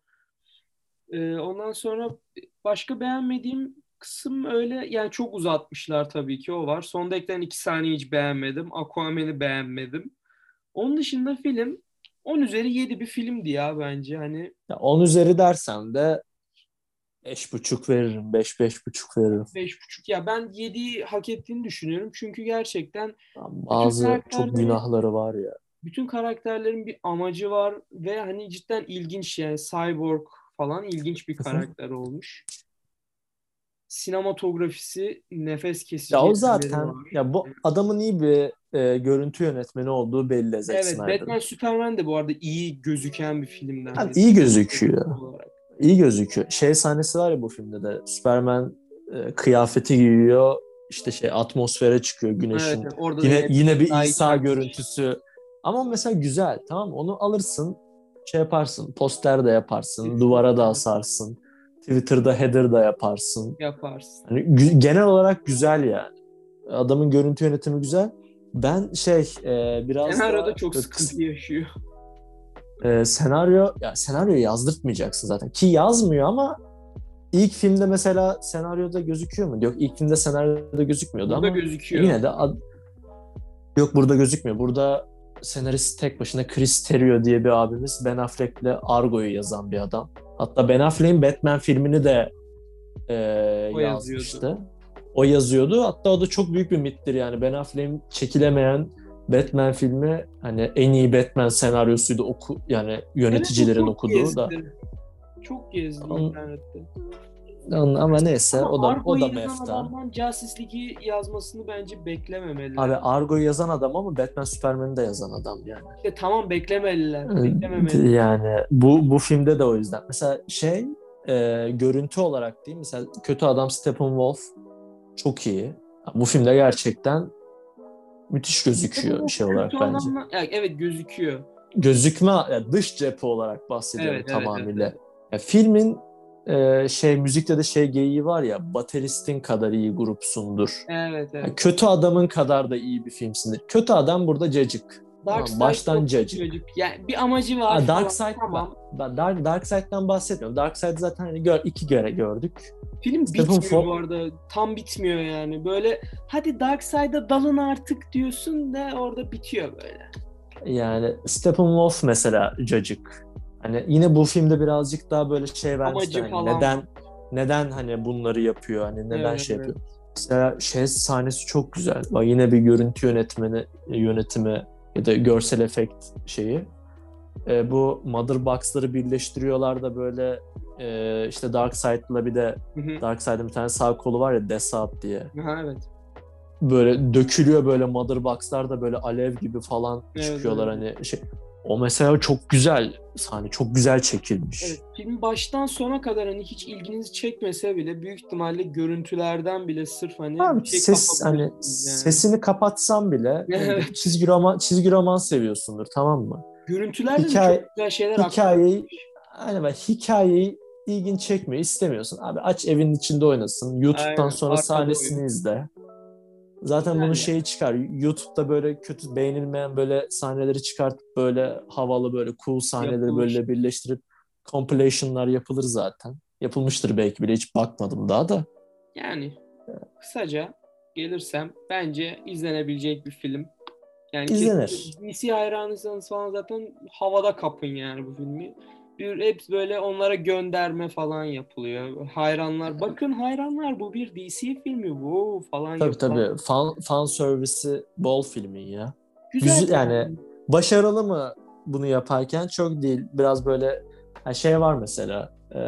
[SPEAKER 1] Ondan sonra başka beğenmediğim kısım öyle yani çok uzatmışlar tabii ki o var. Sonda eklenen 2 saniye hiç beğenmedim. Aquaman'i beğenmedim. Onun dışında film 10 üzeri 7 bir filmdi ya bence. Hani
[SPEAKER 2] Ya 10 üzeri dersen de 5,5 veririm. 5,5 veririm.
[SPEAKER 1] 5,5 ya ben 7'yi hak ettiğini düşünüyorum. Çünkü gerçekten bütün
[SPEAKER 2] Bazı çok
[SPEAKER 1] karakterlerin
[SPEAKER 2] günahları var ya.
[SPEAKER 1] bütün karakterlerin bir amacı var ve hani cidden ilginç yani Cyborg falan ilginç bir karakter olmuş. Sinematografisi nefes
[SPEAKER 2] Ya
[SPEAKER 1] kesici
[SPEAKER 2] o
[SPEAKER 1] yerleri
[SPEAKER 2] zaten
[SPEAKER 1] var.
[SPEAKER 2] ya bu adamın iyi bir görüntü yönetmeni olduğu belli Zack
[SPEAKER 1] Evet, Batman
[SPEAKER 2] Snyder'ın.
[SPEAKER 1] Superman de bu arada iyi gözüken bir filmden
[SPEAKER 2] Abi
[SPEAKER 1] biri.
[SPEAKER 2] iyi gözüküyor.
[SPEAKER 1] Olarak.
[SPEAKER 2] İyi gözüküyor. Şey sahnesi var ya bu filmde de Superman kıyafeti giyiyor. İşte şey atmosfere çıkıyor
[SPEAKER 1] Evet,
[SPEAKER 2] güneşin.
[SPEAKER 1] evet, orada da
[SPEAKER 2] Yine bir
[SPEAKER 1] daha iyi
[SPEAKER 2] İsa
[SPEAKER 1] çakmış.
[SPEAKER 2] görüntüsü. Ama mesela güzel. Tamam mı? Onu alırsın, şey yaparsın. Poster de yaparsın, duvara da
[SPEAKER 1] Kesinlikle
[SPEAKER 2] asarsın. Twitter'da header da yaparsın.
[SPEAKER 1] yaparsın.
[SPEAKER 2] Hani genel olarak güzel yani. Adamın görüntü yönetimi güzel. Ben biraz
[SPEAKER 1] Senaryoda
[SPEAKER 2] da
[SPEAKER 1] çok sıkıntı yaşıyor.
[SPEAKER 2] senaryo yazdırtmayacaksın zaten. Ki yazmıyor ama ilk filmde mesela senaryoda gözüküyor mu? Yok ilk filmde senaryoda gözükmüyordu
[SPEAKER 1] Burada
[SPEAKER 2] ama
[SPEAKER 1] gözüküyor.
[SPEAKER 2] yine de yok burada gözükmüyor. Burada senarist tek başına Chris Terrio diye bir abimiz Ben Affleck'le Argo'yu yazan bir adam. Hatta Ben Affleck'in Batman filmini de e,
[SPEAKER 1] O yazıyordu.
[SPEAKER 2] yazmıştı. O yazıyordu. Hatta o da çok büyük bir mittir yani. Ben Affleck'in çekilemeyen Batman filmi hani en iyi Batman senaryosuydu yani
[SPEAKER 1] Evet, o
[SPEAKER 2] yöneticilerin
[SPEAKER 1] çok
[SPEAKER 2] okuduğu da.
[SPEAKER 1] gezdi. Çok gezdi
[SPEAKER 2] On,
[SPEAKER 1] internette.
[SPEAKER 2] ama neyse
[SPEAKER 1] Ama
[SPEAKER 2] o da
[SPEAKER 1] Argo'yu yazan
[SPEAKER 2] mefta.
[SPEAKER 1] adamdan Justice League'i yazmasını bence beklememeliler.
[SPEAKER 2] Abi Argo'yu yazan adam ama Batman Superman'i de yazan adam yani.
[SPEAKER 1] İşte tamam beklemeliler. Beklememeliler.
[SPEAKER 2] Yani bu filmde de o yüzden. Mesela görüntü olarak değil mesela kötü adam Steppenwolf çok iyi. Bu filmde gerçekten müthiş gözüküyor
[SPEAKER 1] Bu
[SPEAKER 2] şey
[SPEAKER 1] kötü
[SPEAKER 2] olarak bence.
[SPEAKER 1] adamla yani evet gözüküyor.
[SPEAKER 2] Gözükme yani dış cephe olarak bahsediyorum
[SPEAKER 1] Evet, evet, evet,
[SPEAKER 2] tamamıyla.
[SPEAKER 1] evet.
[SPEAKER 2] Ya filmin müzikte de geyiği var ya bateristin kadar iyi grupsundur.
[SPEAKER 1] Evet,
[SPEAKER 2] Yani
[SPEAKER 1] evet.
[SPEAKER 2] kötü adamın kadar da iyi bir filmsindir. Kötü adam burada cacık. Tamam,
[SPEAKER 1] Darkseid
[SPEAKER 2] baştan
[SPEAKER 1] çok
[SPEAKER 2] cacık.
[SPEAKER 1] çocuk. Yani bir amacı var falan. Tamam.
[SPEAKER 2] Darkseid'den bahsetmiyorum. Darkseid'i zaten hani iki kere gördük.
[SPEAKER 1] Film
[SPEAKER 2] Stephen
[SPEAKER 1] bitmiyor
[SPEAKER 2] Ford
[SPEAKER 1] bu arada. Tam bitmiyor yani. Böyle hadi Darkseid'a dalın artık diyorsun da orada bitiyor böyle.
[SPEAKER 2] Yani Steppenwolf mesela cacık. Hani yine bu filmde birazcık daha böyle şey vermişler.
[SPEAKER 1] Amacı
[SPEAKER 2] Hani
[SPEAKER 1] falan var.
[SPEAKER 2] neden hani bunları yapıyor? Hani neden
[SPEAKER 1] Evet,
[SPEAKER 2] şey
[SPEAKER 1] evet.
[SPEAKER 2] yapıyor? Mesela şey sahnesi çok güzel. Bak yine bir görüntü yönetimi ya da görsel efekt şeyi. Bu Mother Box'ları birleştiriyorlar da böyle işte Darkseid'la bir de
[SPEAKER 1] Hı hı.
[SPEAKER 2] Darkseid'in bir tane sağ kolu var ya Desat diye.
[SPEAKER 1] Aha, evet.
[SPEAKER 2] Böyle dökülüyor böyle Mother Box'lar da böyle alev gibi falan
[SPEAKER 1] Evet,
[SPEAKER 2] çıkıyorlar
[SPEAKER 1] evet.
[SPEAKER 2] hani şey. O mesela çok güzel sahne, çok güzel çekilmiş.
[SPEAKER 1] Evet, film baştan sona kadar hani hiç ilginizi çekmese bile büyük ihtimalle görüntülerden bile sırf hani
[SPEAKER 2] Abi
[SPEAKER 1] bir şey
[SPEAKER 2] hani
[SPEAKER 1] kapabilirsiniz yani.
[SPEAKER 2] sesini kapatsam bile ne bileyim
[SPEAKER 1] Evet.
[SPEAKER 2] çizgi roman seviyorsundur, tamam mı?
[SPEAKER 1] Görüntülerle de çok
[SPEAKER 2] Hikaye
[SPEAKER 1] güzel şeyler
[SPEAKER 2] hikayeyi
[SPEAKER 1] aktarılmış.
[SPEAKER 2] hani ben hikayeyi ilgin çekmiyor, istemiyorsun. Abi aç evin içinde oynasın. YouTube'dan
[SPEAKER 1] Aynen.
[SPEAKER 2] sonra
[SPEAKER 1] Arkada oyun.
[SPEAKER 2] sahnesini izle. Zaten bunun
[SPEAKER 1] Güzel ya.
[SPEAKER 2] şeyi çıkar. YouTube'da böyle kötü beğenilmeyen böyle sahneleri çıkartıp böyle havalı böyle cool sahneleri
[SPEAKER 1] Yapılmış.
[SPEAKER 2] böyle birleştirip compilation'lar yapılır zaten. Yapılmıştır belki bile, hiç bakmadım daha da.
[SPEAKER 1] Yani kısaca gelirsem bence izlenebilecek bir film. Yani
[SPEAKER 2] İzlenir.
[SPEAKER 1] kesinlikle DC hayranıysanız falan zaten havada kapın yani bu filmi. Hepsi böyle onlara gönderme falan yapılıyor. Hayranlar bakın hayranlar bu bir DC filmi bu falan
[SPEAKER 2] Tabii
[SPEAKER 1] yapılan.
[SPEAKER 2] tabii. Fan servisi bol filmin ya.
[SPEAKER 1] Güzel
[SPEAKER 2] Güzel yani,
[SPEAKER 1] yani.
[SPEAKER 2] başarılı mı bunu yaparken? Çok değil. Biraz böyle şey var mesela,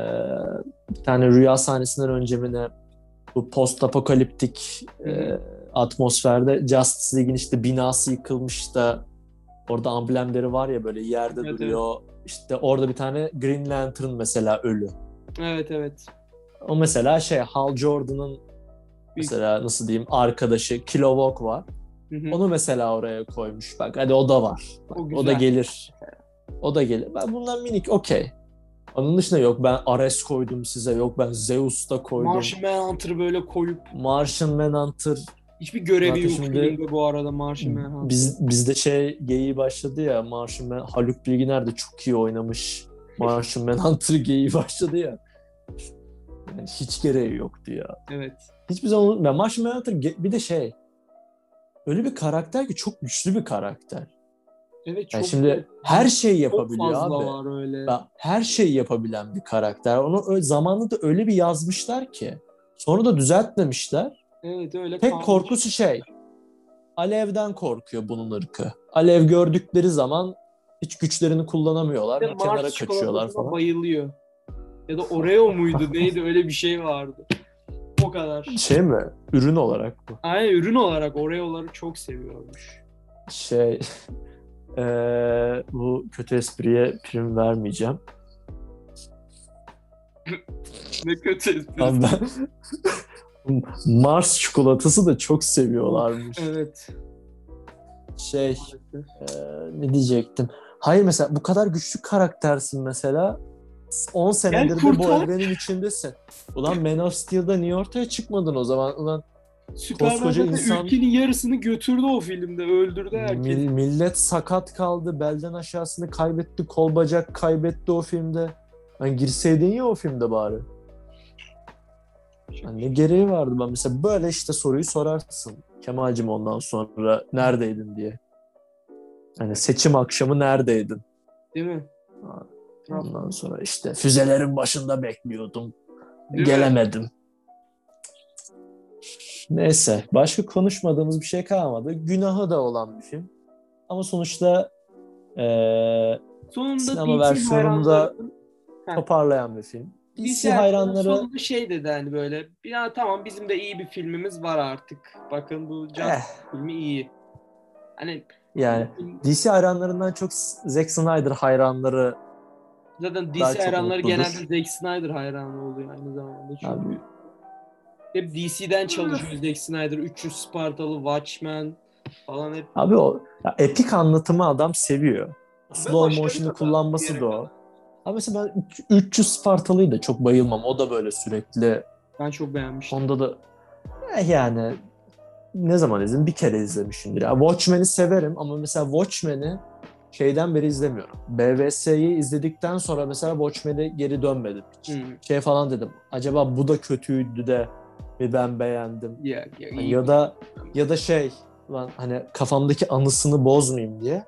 [SPEAKER 2] bir tane rüya sahnesinden önce mi ne, bu post apokaliptik
[SPEAKER 1] Hı hı.
[SPEAKER 2] atmosferde Justice League'in işte binası yıkılmış da orada amblemleri var ya böyle yerde
[SPEAKER 1] Evet, evet.
[SPEAKER 2] duruyor. İşte orada bir tane Green Lantern mesela ölü.
[SPEAKER 1] Evet, evet.
[SPEAKER 2] O mesela şey, Hal Jordan'ın
[SPEAKER 1] Büyük.
[SPEAKER 2] mesela nasıl diyeyim arkadaşı Kilowog var.
[SPEAKER 1] Hı hı.
[SPEAKER 2] Onu mesela oraya koymuş. Bak hadi o da var. Bak
[SPEAKER 1] O
[SPEAKER 2] o da
[SPEAKER 1] güzel.
[SPEAKER 2] gelir. O da gelir. Ben bundan minik okey. Onun dışında yok ben Ares koydum size. Yok ben Zeus da koydum.
[SPEAKER 1] Martian Manhunter'ı böyle koyup
[SPEAKER 2] Martian Manhunter.
[SPEAKER 1] hiçbir görevi
[SPEAKER 2] Zaten
[SPEAKER 1] yok
[SPEAKER 2] şimdi
[SPEAKER 1] filmde bu arada Martian Manhunter'ın.
[SPEAKER 2] bizde şey geyiği başladı ya. Haluk Bilginer de çok iyi oynamış. Martian Manhunter geyiği başladı ya. Yani hiç gereği yoktu ya.
[SPEAKER 1] Evet.
[SPEAKER 2] Hiçbir zaman unutmuyorum. Martian Manhunter bir de şey, öyle bir karakter ki çok güçlü bir karakter.
[SPEAKER 1] Evet,
[SPEAKER 2] Yani
[SPEAKER 1] çok
[SPEAKER 2] şimdi her
[SPEAKER 1] güç
[SPEAKER 2] şeyi
[SPEAKER 1] çok
[SPEAKER 2] yapabiliyor
[SPEAKER 1] fazla
[SPEAKER 2] abi.
[SPEAKER 1] var öyle.
[SPEAKER 2] Bak, her şeyi yapabilen bir karakter. Onu zamanında öyle bir yazmışlar ki. Sonra da düzeltmemişler.
[SPEAKER 1] Evet, öyle
[SPEAKER 2] Tek
[SPEAKER 1] kalmış.
[SPEAKER 2] korkusu şey, Alev'den korkuyor bunun ırkı. Alev gördükleri zaman hiç güçlerini
[SPEAKER 1] Ve
[SPEAKER 2] kullanamıyorlar. Bir
[SPEAKER 1] Mars
[SPEAKER 2] kenara kaçıyorlar
[SPEAKER 1] çikolatasına
[SPEAKER 2] falan.
[SPEAKER 1] bayılıyor. Ya da Oreo muydu neydi öyle bir şey vardı. O kadar.
[SPEAKER 2] Şey mi? Ürün olarak mı?
[SPEAKER 1] Aynen, ürün olarak Oreo'ları çok seviyormuş.
[SPEAKER 2] Şey, bu kötü espriye prim vermeyeceğim.
[SPEAKER 1] Ne kötü
[SPEAKER 2] Ama
[SPEAKER 1] esprisi.
[SPEAKER 2] Mars çikolatası da çok
[SPEAKER 1] Of,
[SPEAKER 2] seviyorlarmış.
[SPEAKER 1] evet.
[SPEAKER 2] Şey,
[SPEAKER 1] Maalesef.
[SPEAKER 2] e, ne diyecektim? Hayır mesela bu kadar güçlü karaktersin mesela. 10
[SPEAKER 1] Gel
[SPEAKER 2] senedir de bu
[SPEAKER 1] kurtar.
[SPEAKER 2] evrenin içindesin. Ulan Man of Steel'da niye ortaya çıkmadın o zaman? Ulan
[SPEAKER 1] Süpermen
[SPEAKER 2] koskoca
[SPEAKER 1] zaten
[SPEAKER 2] insan,
[SPEAKER 1] ülkenin yarısını götürdü o filmde. Öldürdü herkes.
[SPEAKER 2] millet sakat kaldı. Belden aşağısını kaybetti. Kol bacak kaybetti o filmde. Hani girseydin ya o filmde bari. Hani ne gereği vardı ben mesela böyle işte soruyu sorarsın. Kemal'cim ondan sonra neredeydin diye. Hani seçim akşamı neredeydin?
[SPEAKER 1] Değil mi?
[SPEAKER 2] Ondan sonra işte füzelerin başında bekliyordum.
[SPEAKER 1] Değil mi?
[SPEAKER 2] Gelemedim. Neyse, başka konuşmadığımız bir şey kalmadı. Günahı da olan bir film. Ama sonuçta
[SPEAKER 1] Sonunda
[SPEAKER 2] sinema
[SPEAKER 1] DC
[SPEAKER 2] versiyonunu da
[SPEAKER 1] hayranlarının Heh,
[SPEAKER 2] toparlayan bir film.
[SPEAKER 1] DC
[SPEAKER 2] DC
[SPEAKER 1] hayranları
[SPEAKER 2] hayranları
[SPEAKER 1] sonunda şey dedi hani böyle ya tamam bizim de iyi bir filmimiz var artık. Bakın bu
[SPEAKER 2] eh,
[SPEAKER 1] Justice filmi iyi. Hani
[SPEAKER 2] yani DC hayranlarından çok Zack Snyder hayranları
[SPEAKER 1] zaten
[SPEAKER 2] daha
[SPEAKER 1] DC
[SPEAKER 2] çok
[SPEAKER 1] hayranları genelde
[SPEAKER 2] mutludur.
[SPEAKER 1] Zack Snyder hayranı oluyor aynı zamanda.
[SPEAKER 2] Abi,
[SPEAKER 1] Çünkü hep DC'den çalışıyor Zack Snyder. 300 Spartalı, Watchmen falan hep.
[SPEAKER 2] abi o ya, epik anlatımı adam seviyor.
[SPEAKER 1] Ve
[SPEAKER 2] Slow motion'ı
[SPEAKER 1] başarıyor da bir
[SPEAKER 2] kullanması
[SPEAKER 1] yere
[SPEAKER 2] da
[SPEAKER 1] kadar.
[SPEAKER 2] o. Ama mesela ben 300 Spartalı'yı da çok bayılmam. O da böyle sürekli
[SPEAKER 1] Ben çok beğenmiştim.
[SPEAKER 2] onda da yani ne zaman izledim? Bir kere izlemişimdir. Ya, Watchmen'i severim ama mesela Watchmen'i şeyden beri izlemiyorum. BVS'yi izledikten sonra mesela Watchmen'e geri dönmedim hiç.
[SPEAKER 1] Hmm.
[SPEAKER 2] Şey falan dedim. Acaba bu da kötüydü de mi ben beğendim?
[SPEAKER 1] Ya
[SPEAKER 2] Hani
[SPEAKER 1] iyi.
[SPEAKER 2] ya da şey lan hani kafamdaki anısını bozmayayım diye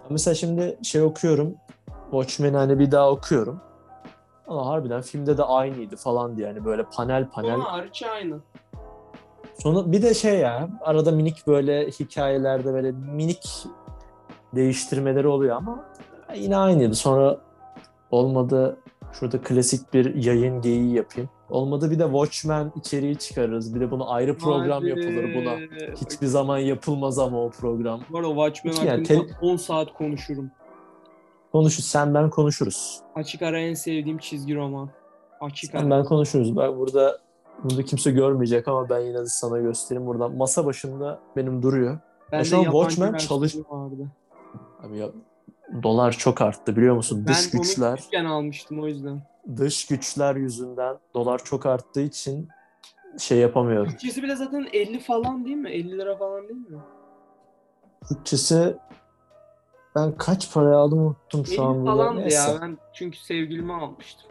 [SPEAKER 2] Mesela şimdi şey okuyorum. Watchmen'i hani bir daha okuyorum. Ama harbiden filmde de aynıydı falan diye. Yani böyle panel panel.
[SPEAKER 1] Sonu hariç aynı.
[SPEAKER 2] Sonra bir de şey ya arada minik böyle hikayelerde böyle minik değiştirmeleri oluyor ama yine aynıydı. Sonra olmadı şurada klasik bir yayın geyiği yapayım. Olmadı bir de Watchmen içeriği çıkarırız. Bir de bunu ayrı program
[SPEAKER 1] Hadi.
[SPEAKER 2] yapılır buna.
[SPEAKER 1] Bak,
[SPEAKER 2] Hiçbir zaman yapılmaz ama o program.
[SPEAKER 1] bu arada Watchmen
[SPEAKER 2] Hiç yani
[SPEAKER 1] hakkında 10 saat konuşurum.
[SPEAKER 2] sen ben konuşuruz.
[SPEAKER 1] Açık ara en sevdiğim çizgi roman. Açık
[SPEAKER 2] Sen
[SPEAKER 1] ara.
[SPEAKER 2] ben konuşuruz. Bak burada kimse görmeyecek ama ben yine de sana göstereyim. Buradan masa başında benim duruyor. Ya
[SPEAKER 1] Bende
[SPEAKER 2] şu an
[SPEAKER 1] yabancı
[SPEAKER 2] Watchmen çalış...
[SPEAKER 1] versiyonu vardı.
[SPEAKER 2] Abi ya, dolar çok arttı biliyor musun?
[SPEAKER 1] Ben onu küçükken almıştım o yüzden.
[SPEAKER 2] Dış güçler yüzünden dolar çok arttığı için şey yapamıyorum.
[SPEAKER 1] Türkçesi bile zaten 50 falan değil mi? 50 lira falan değil mi?
[SPEAKER 2] Türkçesi ben kaç paraya aldım unuttum şu
[SPEAKER 1] 50
[SPEAKER 2] an burada.
[SPEAKER 1] falandı
[SPEAKER 2] Neyse.
[SPEAKER 1] ya. Ben çünkü sevgilime almıştım.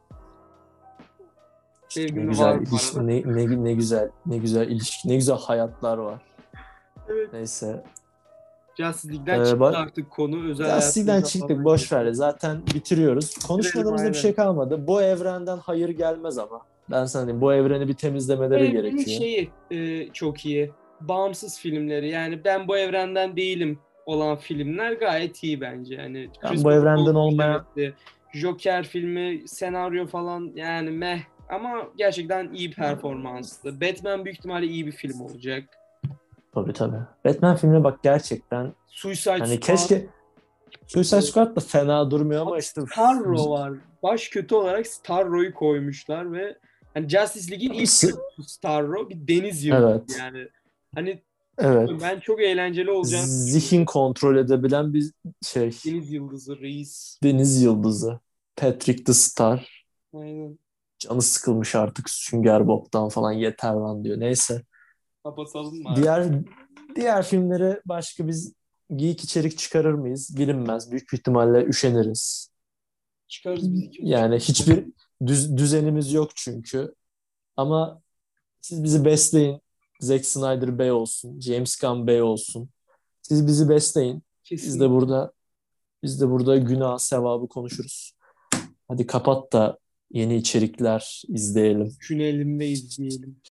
[SPEAKER 2] İşte ne
[SPEAKER 1] Sevgilimde
[SPEAKER 2] güzel
[SPEAKER 1] var bu
[SPEAKER 2] ilişki,
[SPEAKER 1] arada.
[SPEAKER 2] ne güzel ne güzel ilişki, ne güzel hayatlar var.
[SPEAKER 1] Evet.
[SPEAKER 2] Neyse.
[SPEAKER 1] Justice League'den çıktı
[SPEAKER 2] Bak,
[SPEAKER 1] artık konu. Özel
[SPEAKER 2] Lastiğden
[SPEAKER 1] hayatımıza
[SPEAKER 2] çıktık
[SPEAKER 1] falan
[SPEAKER 2] boş ver.
[SPEAKER 1] girdi.
[SPEAKER 2] Zaten bitiriyoruz.
[SPEAKER 1] Bitirelim
[SPEAKER 2] Konuşmadığımızda bir
[SPEAKER 1] aynen.
[SPEAKER 2] şey kalmadı. Bu evrenden hayır gelmez ama. Ben sana diyeyim bu evreni bir
[SPEAKER 1] Bu
[SPEAKER 2] temizlemeleri
[SPEAKER 1] evrenin
[SPEAKER 2] gerekiyor.
[SPEAKER 1] şeyi çok iyi. Bağımsız filmleri. Yani ben bu evrenden değilim olan filmler gayet iyi bence. Yani
[SPEAKER 2] Ben bu
[SPEAKER 1] Christopher
[SPEAKER 2] evrenden
[SPEAKER 1] Nolan
[SPEAKER 2] olmayan
[SPEAKER 1] üçlemesi, Joker filmi, senaryo falan yani meh. Ama gerçekten iyi performanslı. Batman büyük ihtimalle iyi bir film olacak.
[SPEAKER 2] tabii. Batman filmine bak gerçekten
[SPEAKER 1] Suicide
[SPEAKER 2] hani
[SPEAKER 1] Squad.
[SPEAKER 2] keşke Suicide
[SPEAKER 1] e,
[SPEAKER 2] Squad da fena durmuyor
[SPEAKER 1] Abi
[SPEAKER 2] ama işte
[SPEAKER 1] Starro var. Baş kötü olarak Starro'yu koymuşlar ve hani Justice League'in ilk kötüsü Starro bir deniz yıldızı
[SPEAKER 2] evet.
[SPEAKER 1] yani. Hani
[SPEAKER 2] Evet.
[SPEAKER 1] ben çok eğlenceli olacağını
[SPEAKER 2] Zihin
[SPEAKER 1] düşünüyorum.
[SPEAKER 2] kontrol edebilen bir şey.
[SPEAKER 1] Deniz yıldızı reis.
[SPEAKER 2] Deniz yıldızı. Patrick the Star.
[SPEAKER 1] Aynen.
[SPEAKER 2] Canı sıkılmış artık Sünger Bob'tan falan yeter lan diyor. Neyse.
[SPEAKER 1] Kapatalım mı artık?
[SPEAKER 2] Diğer filmlere başka biz geek içerik çıkarır mıyız? Bilinmez. Büyük bir ihtimalle üşeniriz.
[SPEAKER 1] Çıkarız biz ikimiz.
[SPEAKER 2] Yani hiçbir düzenimiz yok çünkü. Ama siz bizi besleyin. Zack Snyder Bey olsun, James Gunn Bey olsun. Siz bizi besleyin. Biz de
[SPEAKER 1] Kesinlikle.
[SPEAKER 2] burada biz de burada günah sevabı konuşuruz. Hadi kapat da yeni içerikler izleyelim.
[SPEAKER 1] Düşünelim ve izleyelim.